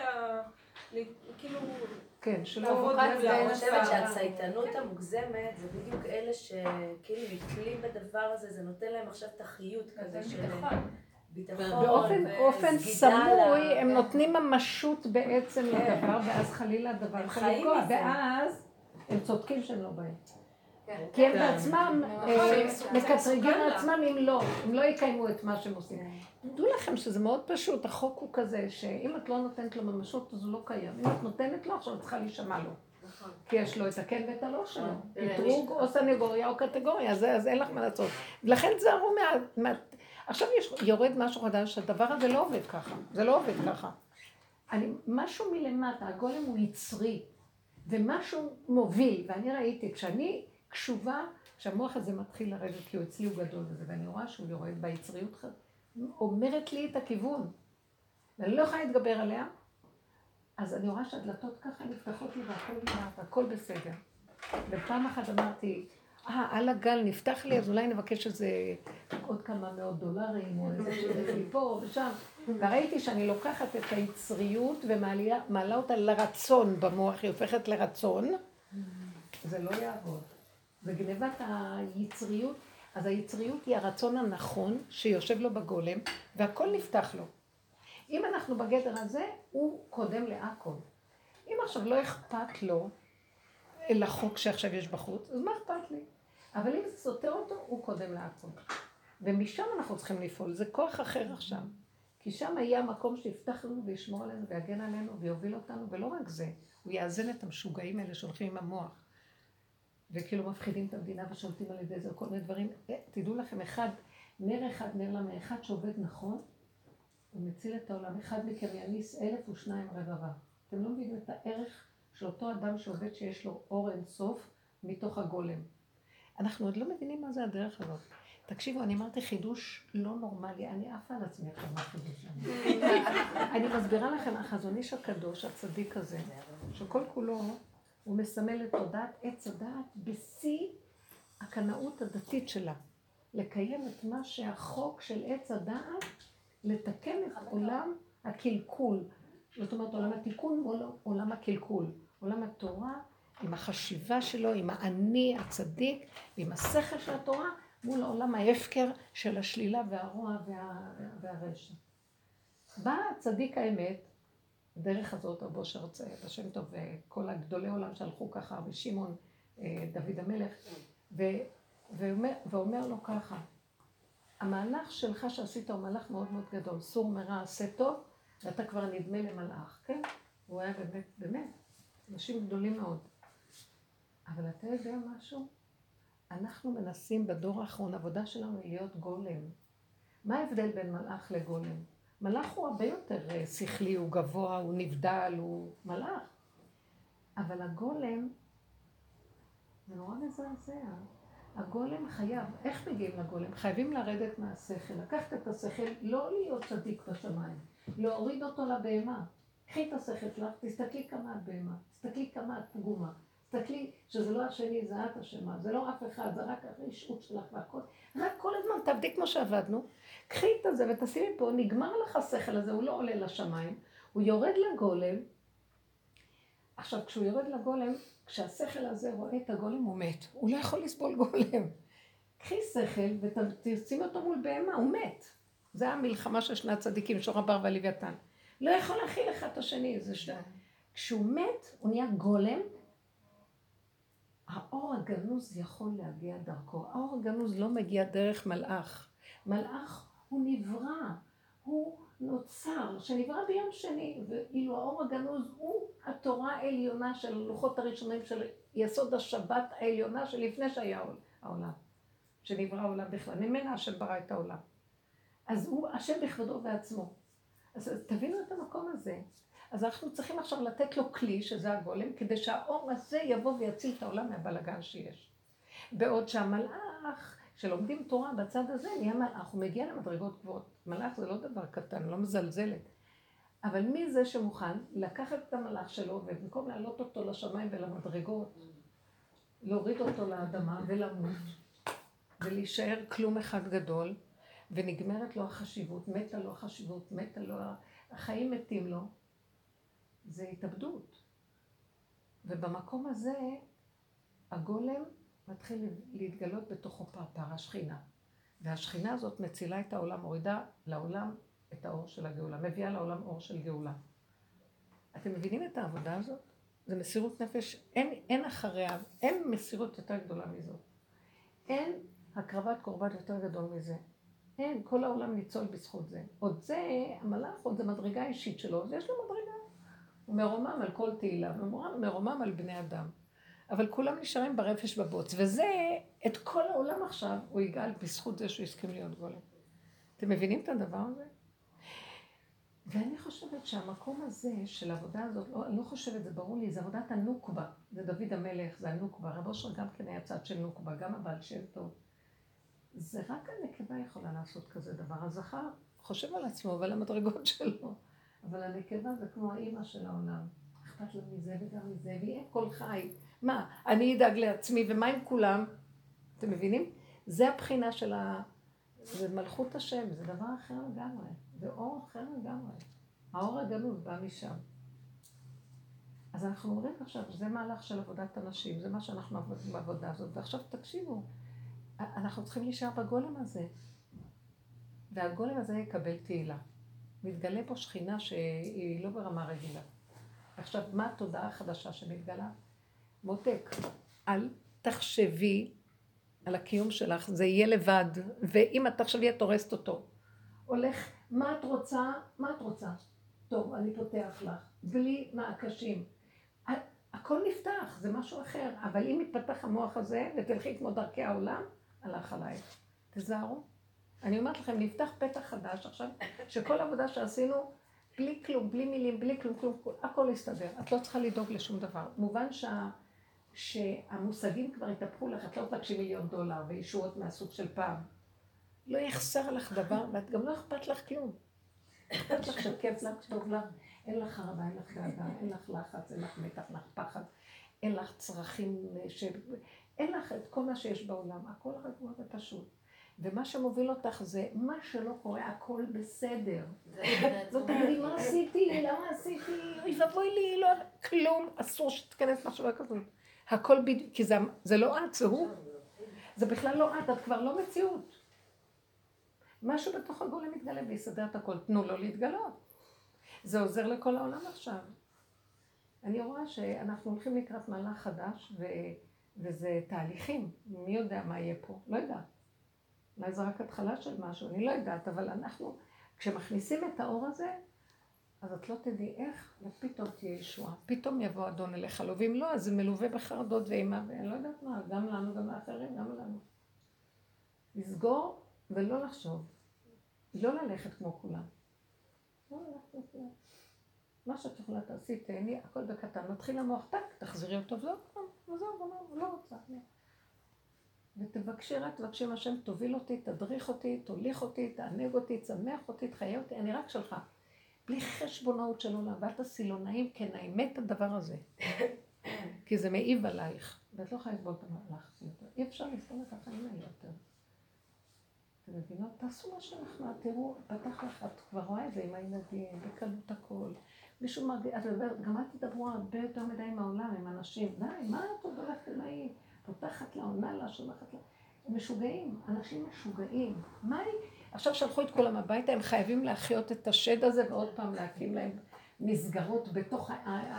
כאילו... כן, שלא לעבוד אני חושבת שהצייתנות המוגזמת זה בדיוק אלה שכאילו נתקלים בדבר הזה, זה נותן להם עכשיו את החיות כזה של ביטחון באופן סמוי הם נותנים ממשות בעצם לדבר, ואז חלילה הדבר יכול לקרות, ואז הם צודקים שהם לא באים. כי הם בעצמם מקטרגים לעצמם אם לא יקיימו את מה שהם עושים. תדעו לכם שזה מאוד פשוט, החוק הוא כזה שאם את לא נותנת לו ממשות אז הוא לא קיים. אם את נותנת לו עכשיו את צריכה להישמע לו. כי יש לו את הכן ואת הלא שלו. אתרוג או סנגוריה או קטגוריה, אז אין לך מה לעשות. ולכן תזהרו עכשיו יורד משהו חדש, הדבר הזה לא עובד ככה. זה לא עובד ככה. משהו מלמטה, הגולם הוא יצרי, ומשהו מוביל, ואני ראיתי, כשאני קשובה, כשהמוח הזה מתחיל לרדת, כי הוא אצלי הוא גדול בזה, ואני רואה שהוא יורד ביצריות, אומרת לי את הכיוון, ואני לא יכולה להתגבר עליה, אז אני רואה שהדלתות ככה נפתחות לי והכל בסדר. ופעם אחת אמרתי, על הגל נפתח לי, אז אולי נבקש איזה עוד כמה מאות דולרים, או איזה שילך לי פה ושם. וראיתי שאני לוקחת את היצריות ומעלה אותה לרצון במוח, היא הופכת לרצון, זה לא יעבוד. וגנבת היצריות, אז היצריות היא הרצון הנכון שיושב לו בגולם, והכל נפתח לו. אם אנחנו בגדר הזה, הוא קודם להכל. אם עכשיו לא אכפת לו לחוק שעכשיו יש בחוץ, אז מה אכפת לי? אבל אם זה סותר אותו, הוא קודם להכל. ומשם אנחנו צריכים לפעול, זה כוח אחר עכשיו. כי שם יהיה המקום שיפתח לנו וישמור עלינו ויגן עלינו ויוביל אותנו, ולא רק זה, הוא יאזן את המשוגעים האלה שהולכים עם המוח. וכאילו מפחידים את המדינה ושולטים על ידי זה, כל מיני דברים. תדעו לכם, נר למה אחד שעובד נכון, הוא מציל את העולם. אחד מכם יניס 1,000 ו2 רבבה. אתם לא מבינים את הערך של אותו אדם שעובד שיש לו אור אין סוף מתוך הגולם. אנחנו עוד לא מבינים מה זה הדרך הזאת. תקשיבו, אני אמרתי חידוש לא נורמלי, אני עפה על עצמי כמה חידוש. אני מסבירה לכם, החזון איש הקדוש, הצדיק הזה, שכל כולו הוא מסמל את תודעת עץ הדעת בשיא הקנאות הדתית שלה. לקיים את מה שהחוק של עץ הדעת, לתקן את עולם הקלקול. זאת אומרת, עולם התיקון מול עולם הקלקול. עולם התורה עם החשיבה שלו, עם האני הצדיק, ועם השכל של התורה, מול העולם ההפקר של השלילה והרוע והרשע. בא צדיק האמת, דרך הזאת, רבו שרצה, השם טוב, וכל הגדולי עולם שהלכו ככה, ושמעון, דוד המלך, ואומר לו ככה, המהלך שלך שעשית הוא מהלך מאוד מאוד גדול, סור מרע עשה טוב, ואתה כבר נדמה למלאך, כן? הוא היה באמת, אנשים גדולים מאוד. אבל אתה יודע משהו? אנחנו מנסים בדור האחרון, עבודה שלנו היא להיות גולם. מה ההבדל בין מלאך לגולם? מלאך הוא הרבה יותר שכלי, הוא גבוה, הוא נבדל, הוא מלאך. אבל הגולם, זה נורא מזעזע. הגולם חייב, איך מגיעים לגולם? חייבים לרדת מהשכל, לקחת את השכל, לא להיות צדיק בשמיים, להוריד אותו לבהמה. קחי את השכל שלך, תסתכלי כמה את בהמה, תסתכלי כמה את פגומה, תסתכלי שזה לא השני, זה את אשמה, זה לא אף אחד, זה רק הרשעות שלך והכל. רק כל הזמן תעבדי כמו שעבדנו, קחי את זה ותשימי פה, נגמר לך השכל הזה, הוא לא עולה לשמיים, הוא יורד לגולם. עכשיו, כשהוא יורד לגולם, כשהשכל הזה רואה את הגולם הוא מת, הוא לא יכול לסבול גולם. קחי שכל ותשימי אותו מול בהמה, הוא מת. זה המלחמה של שני הצדיקים, שור הבר והלוויתן. לא יכול להכיל אחד את השני, זה שני. כשהוא מת, הוא נהיה גולם, האור הגנוז יכול להגיע דרכו. האור הגנוז לא מגיע דרך מלאך. מלאך הוא נברא, הוא נוצר, שנברא ביום שני, ואילו האור הגנוז הוא התורה העליונה של הלוחות הראשונים של יסוד השבת העליונה שלפני שהיה העולם, שנברא העולם בכלל, ממנה השם ברא את העולם. אז הוא השם בכבודו ועצמו. אז תבינו את המקום הזה. אז אנחנו צריכים עכשיו לתת לו כלי, שזה הגולם, כדי שהאור הזה יבוא ויציל את העולם מהבלגן שיש. בעוד שהמלאך, שלומדים תורה בצד הזה, נהיה מלאך, הוא מגיע למדרגות גבוהות. מלאך זה לא דבר קטן, לא מזלזלת. אבל מי זה שמוכן לקחת את המלאך שלו, ובמקום להעלות אותו לשמיים ולמדרגות, להוריד אותו לאדמה ולמות, ולהישאר כלום אחד גדול, ונגמרת לו החשיבות, מתה לו החשיבות, מתה לו, החיים מתים לו, זה התאבדות. ובמקום הזה, הגולם מתחיל להתגלות בתוכו פרפר, השכינה. והשכינה הזאת מצילה את העולם, מורידה לעולם את האור של הגאולה, מביאה לעולם אור של גאולה. אתם מבינים את העבודה הזאת? זה מסירות נפש, אין אחריה, אין מסירות יותר גדולה מזאת. אין הקרבת קורבן יותר גדול מזה. אין, כל העולם ניצול בזכות זה. עוד זה, המלאך, עוד זה מדרגה אישית שלו, אז יש לו מדרגה. הוא מרומם על כל תהילה, מרומם על בני אדם. אבל כולם נשארים ברפש בבוץ, וזה, את כל העולם עכשיו, הוא יגאל בזכות זה שהוא הסכים להיות גולם. אתם מבינים את הדבר הזה? ואני חושבת שהמקום הזה של העבודה הזאת, אני לא חושבת, זה ברור לי, זה עבודת הנוקבה. זה דוד המלך, זה הנוקבה. רב אושר גם כן היה צד של נוקבה, גם הבעל שם טוב. זה רק הנקבה יכולה לעשות כזה דבר. הזכר חושב על עצמו ועל המדרגות שלו. אבל הנקבה זה כמו האימא של העולם. אכפת לה מזה וגם מזה, והיא כל חי. מה, אני אדאג לעצמי, ומה עם כולם? אתם מבינים? זה הבחינה של זה מלכות השם, זה דבר אחר לגמרי. זה אור אחר לגמרי. האור הגנוז בא משם. אז אנחנו אומרים עכשיו, זה מהלך של עבודת אנשים, זה מה שאנחנו עבודים בעבודה הזאת. ועכשיו תקשיבו, אנחנו צריכים להישאר בגולם הזה. והגולם הזה יקבל תהילה. מתגלה פה שכינה שהיא לא ברמה רגילה. עכשיו, מה התודעה החדשה שמתגלה? מותק, אל תחשבי על הקיום שלך, זה יהיה לבד, ואם את תחשבי את הורסת אותו. הולך, מה את רוצה? מה את רוצה? טוב, אני פותח לך, בלי מעקשים. הכל נפתח, זה משהו אחר, אבל אם יתפתח המוח הזה ותלכי כמו דרכי העולם, הלך עלייך. תזהרו. אני אומרת לכם, נפתח פתח חדש עכשיו, שכל עבודה שעשינו, בלי כלום, בלי מילים, בלי כלום, הכל יסתדר. את לא צריכה לדאוג לשום דבר. מובן שהמושגים כבר התהפכו לך, את לא תבקשי $1,000,000 וישועות מהסוג של פעם. לא יחסר לך דבר, ואת גם לא אכפת לך כלום. אכפת לך שכיף לך, טוב לך, אין לך חרדה, אין לך דאגה, אין לך לחץ, אין לך מתח, אין לך פחד, אין לך צרכים, אין לך את כל מה שיש בעולם, הכל רגוע ופשוט. ומה שמוביל אותך זה, מה שלא קורה, הכל בסדר. לא תגידי, מה עשיתי? למה עשיתי? אוי ואבוי לי, לא, כלום, אסור שתכנס משהו כזאת. הכל בדיוק, כי זה לא את, זה הוא. זה בכלל לא את כבר לא מציאות. משהו בתוך הגולם מתגלה ויסדר את הכל, תנו לו להתגלות. זה עוזר לכל העולם עכשיו. אני רואה שאנחנו הולכים לקראת מהלך חדש, וזה תהליכים. מי יודע מה יהיה פה? לא יודעת. אולי זה רק התחלה של משהו, אני לא יודעת, אבל אנחנו, כשמכניסים את האור הזה, אז את לא תדעי איך, ופתאום תהיה ישועה. פתאום יבוא אדון אליך, ואם לא, אז זה מלווה בחרדות ואימה, ואני לא יודעת מה, גם לנו, גם לאחרים, גם לנו. לסגור ולא לחשוב. לא ללכת כמו כולם. לא ללכת כמו כולם. מה שאת יכולה תעשי, תהני, הכל בקטן. מתחיל המוח, טק, תחזירי אותו, וזהו, לא רוצה. ותבקשי, רק תבקשי מהשם, תוביל אותי, תדריך אותי, תוליך אותי, תענג אותי, תשמח אותי, תחיה אותי, אני רק שלך. בלי חשבונאות של עולם, ואת הסילונאים, כן, האמת הדבר הזה. כי זה מעיב עלייך, ואת לא יכולה לסבול את המהלך הזה יותר. אי אפשר לסבול את החיים האלה יותר. אתם מבינות? תעשו מה שלך, תראו, פתח לך, את כבר רואה את זה עם הילדים, בקלות הכל. מישהו מרגיש, גם אל תדברו הרבה יותר מדי עם העולם, עם אנשים. די, מה את עוד הולכת אליי? פותחת לה, עונה לה, שולחת לה. הם משוגעים, אנשים משוגעים. מה היא? עכשיו שלחו את כולם הביתה, הם חייבים להחיות את השד הזה, ועוד פעם להקים להם מסגרות בתוך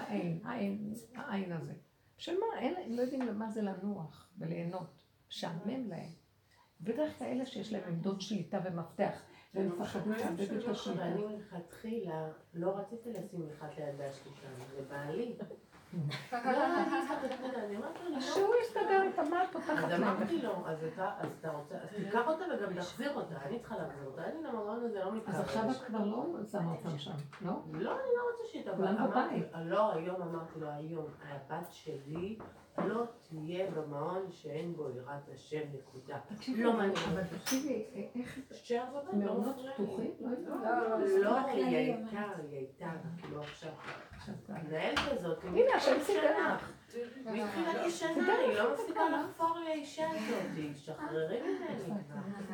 העין הזה. של מה? הם לא יודעים למה זה לנוח וליהנות. שעמם להם. בדרך כלל אלה שיש להם עמדות שליטה ומפתח, והם מפחדים לאבד את השליטה. אני מלכתחילה לא רציתי לשים אחד לידה השליטה, זה בעלי. שהוא יסתדר איתה, מה את לקחת אז להם. אמרתי לו, אז אתה רוצה, אז תיקח אותה וגם תחזיר אותה, אני צריכה להחזיר אותה, אני למרון הזה לא מתקרב. אז עכשיו את כבר לא שמה אותם שם, לא? לא, אני לא רוצה שהיא תבוא. כולם בבית. לא, היום אמרתי לו, היום, הבת שלי לא תהיה במעון שאין בו יראת השם, נקודה. לא מעניין. אבל תקשיבי, איך שתישאר בבית, לא מעונות מפריע. פתוחים? לא, היא הייתה, רק לא עכשיו. המנהלת הזאת, הנה, השם סידר לך. מתחילת שנה, היא לא מפסיקה לחפור לי האישה הזאת, שחררי ממני כבר.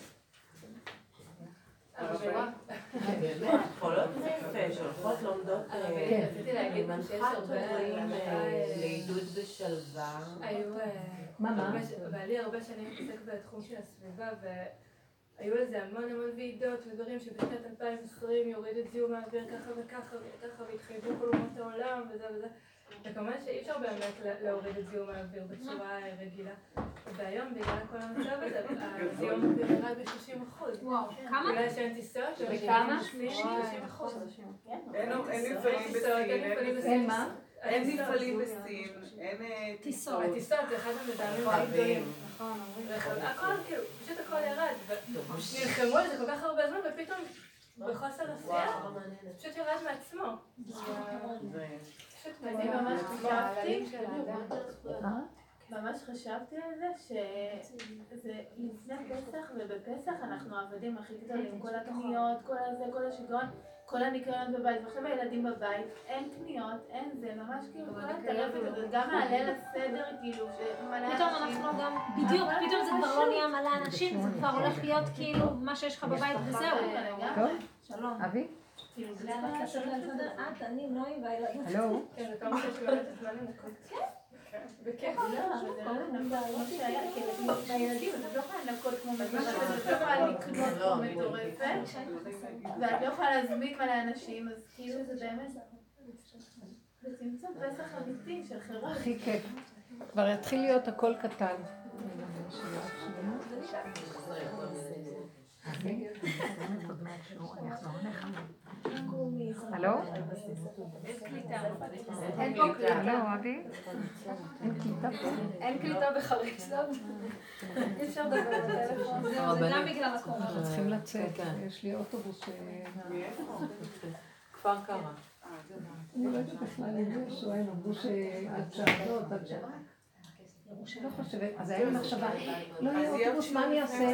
באמת, חולות נפש, הולכות לומדות רציתי להגיד שיש מנחת הרבה הורים לעידוד בשלווה. היו... מה? בעלי הרבה שנים מתעסק בתחום של הסביבה, והיו לזה המון ועידות ודברים שבשנת 2020 יוריד את זיהום האוויר ככה וככה וככה, והתחייבו כל אומות העולם וזה וזה. וכמובן שאי אפשר באמת להוריד את זיהום האוויר בצורה רגילה. והיום בגלל כל המצב הזה, הזיהום האוויר ירד ב-30%. וואו, כמה? בגלל שאין טיסות, וכמה? 30%. אין מפעלים בסין, אין מה? אין מפעלים בסין, אין טיסות. הטיסות זה אחד המזהמים הכי גדולים. נכון, הכל כאילו, פשוט הכל ירד. נלחמו על זה כל כך הרבה זמן ופתאום בחוסר עשייה, פשוט ירד מעצמו. אני ממש חשבתי על זה שזה לפני פסח, ובפסח אנחנו עבדים הכי גדולים, כל הקניות, כל הזה, כל השיגעון, כל הניקיון בבית, ועכשיו הילדים בבית, אין קניות, אין זה, ממש כאילו כל הטרפת הזאת, גם מעלה לסדר כאילו, שמלא פתאום אנחנו גם, בדיוק, פתאום זה כבר לא נהיה מלא אנשים, זה כבר הולך להיות כאילו מה שיש לך בבית וזהו. טוב, שלום. אבי? כאילו, זה למה לעשות לסדר? את, אני, נוי והילדים. הלו? כן, זה כמה שיש באמת את הזמן לנקות. בכיף. לא, אבל זה לא לנקות כמו שהיה, כאילו, בילדים, את לא יכולה לנקות כמו מטורפת, את לא יכולה לקנות כמו מטורפת, ואת לא יכולה להזמין מלא אנשים, אז כאילו זה באמת, זה צמצום פסח אמיתי של חירות. הכי כיף. כבר יתחיל להיות הכל קטן. הלו? אין פה קליטה. הלו, אבי? אין קליטה פה? אין קליטה בחריץ, לא? אי אפשר לדבר בטלפון. זה גם בגלל הקורונה. אנחנו צריכים לצאת. יש לי אוטובוס ש... כפר קרע. אני לא יודעת בכלל אם זה שואל, אמרו שעד שעדות, עד שעדות. לא חושבת, אז היה לי מחשבה, לא יהיה אוטובוס, מה אני אעשה?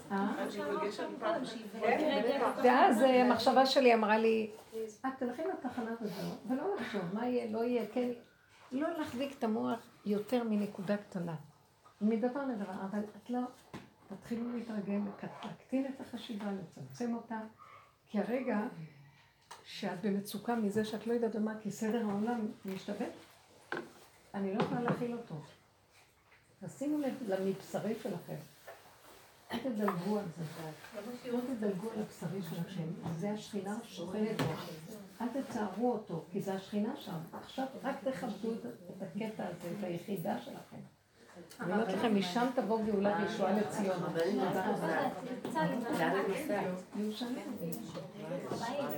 ואז המחשבה שלי אמרה לי, את תלכי לתחנה וזהו, ולא לחשוב, מה יהיה, לא יהיה, כן, לא להחזיק את המוח יותר מנקודה קטנה, מדבר לדבר, אבל את לא, תתחילו להתרגל, להקטין את החשיבה, לצמצם אותה, כי הרגע שאת במצוקה מזה שאת לא יודעת מה, כי סדר העולם משתבט, אני לא יכולה להכיל אותו. תשימו לב למבשרי שלכם. אל תדלגו על זה. לא תדלגו על הבשרי שלכם. זה השכינה שוכנת בו. אל תצערו אותו, כי זה השכינה שם. עכשיו רק תכבדו את הקטע הזה, את היחידה שלכם. אני אומרת לכם, משם תבוא גאולה וישועה לציון. אבל אני רוצה לדעת. ירושלים.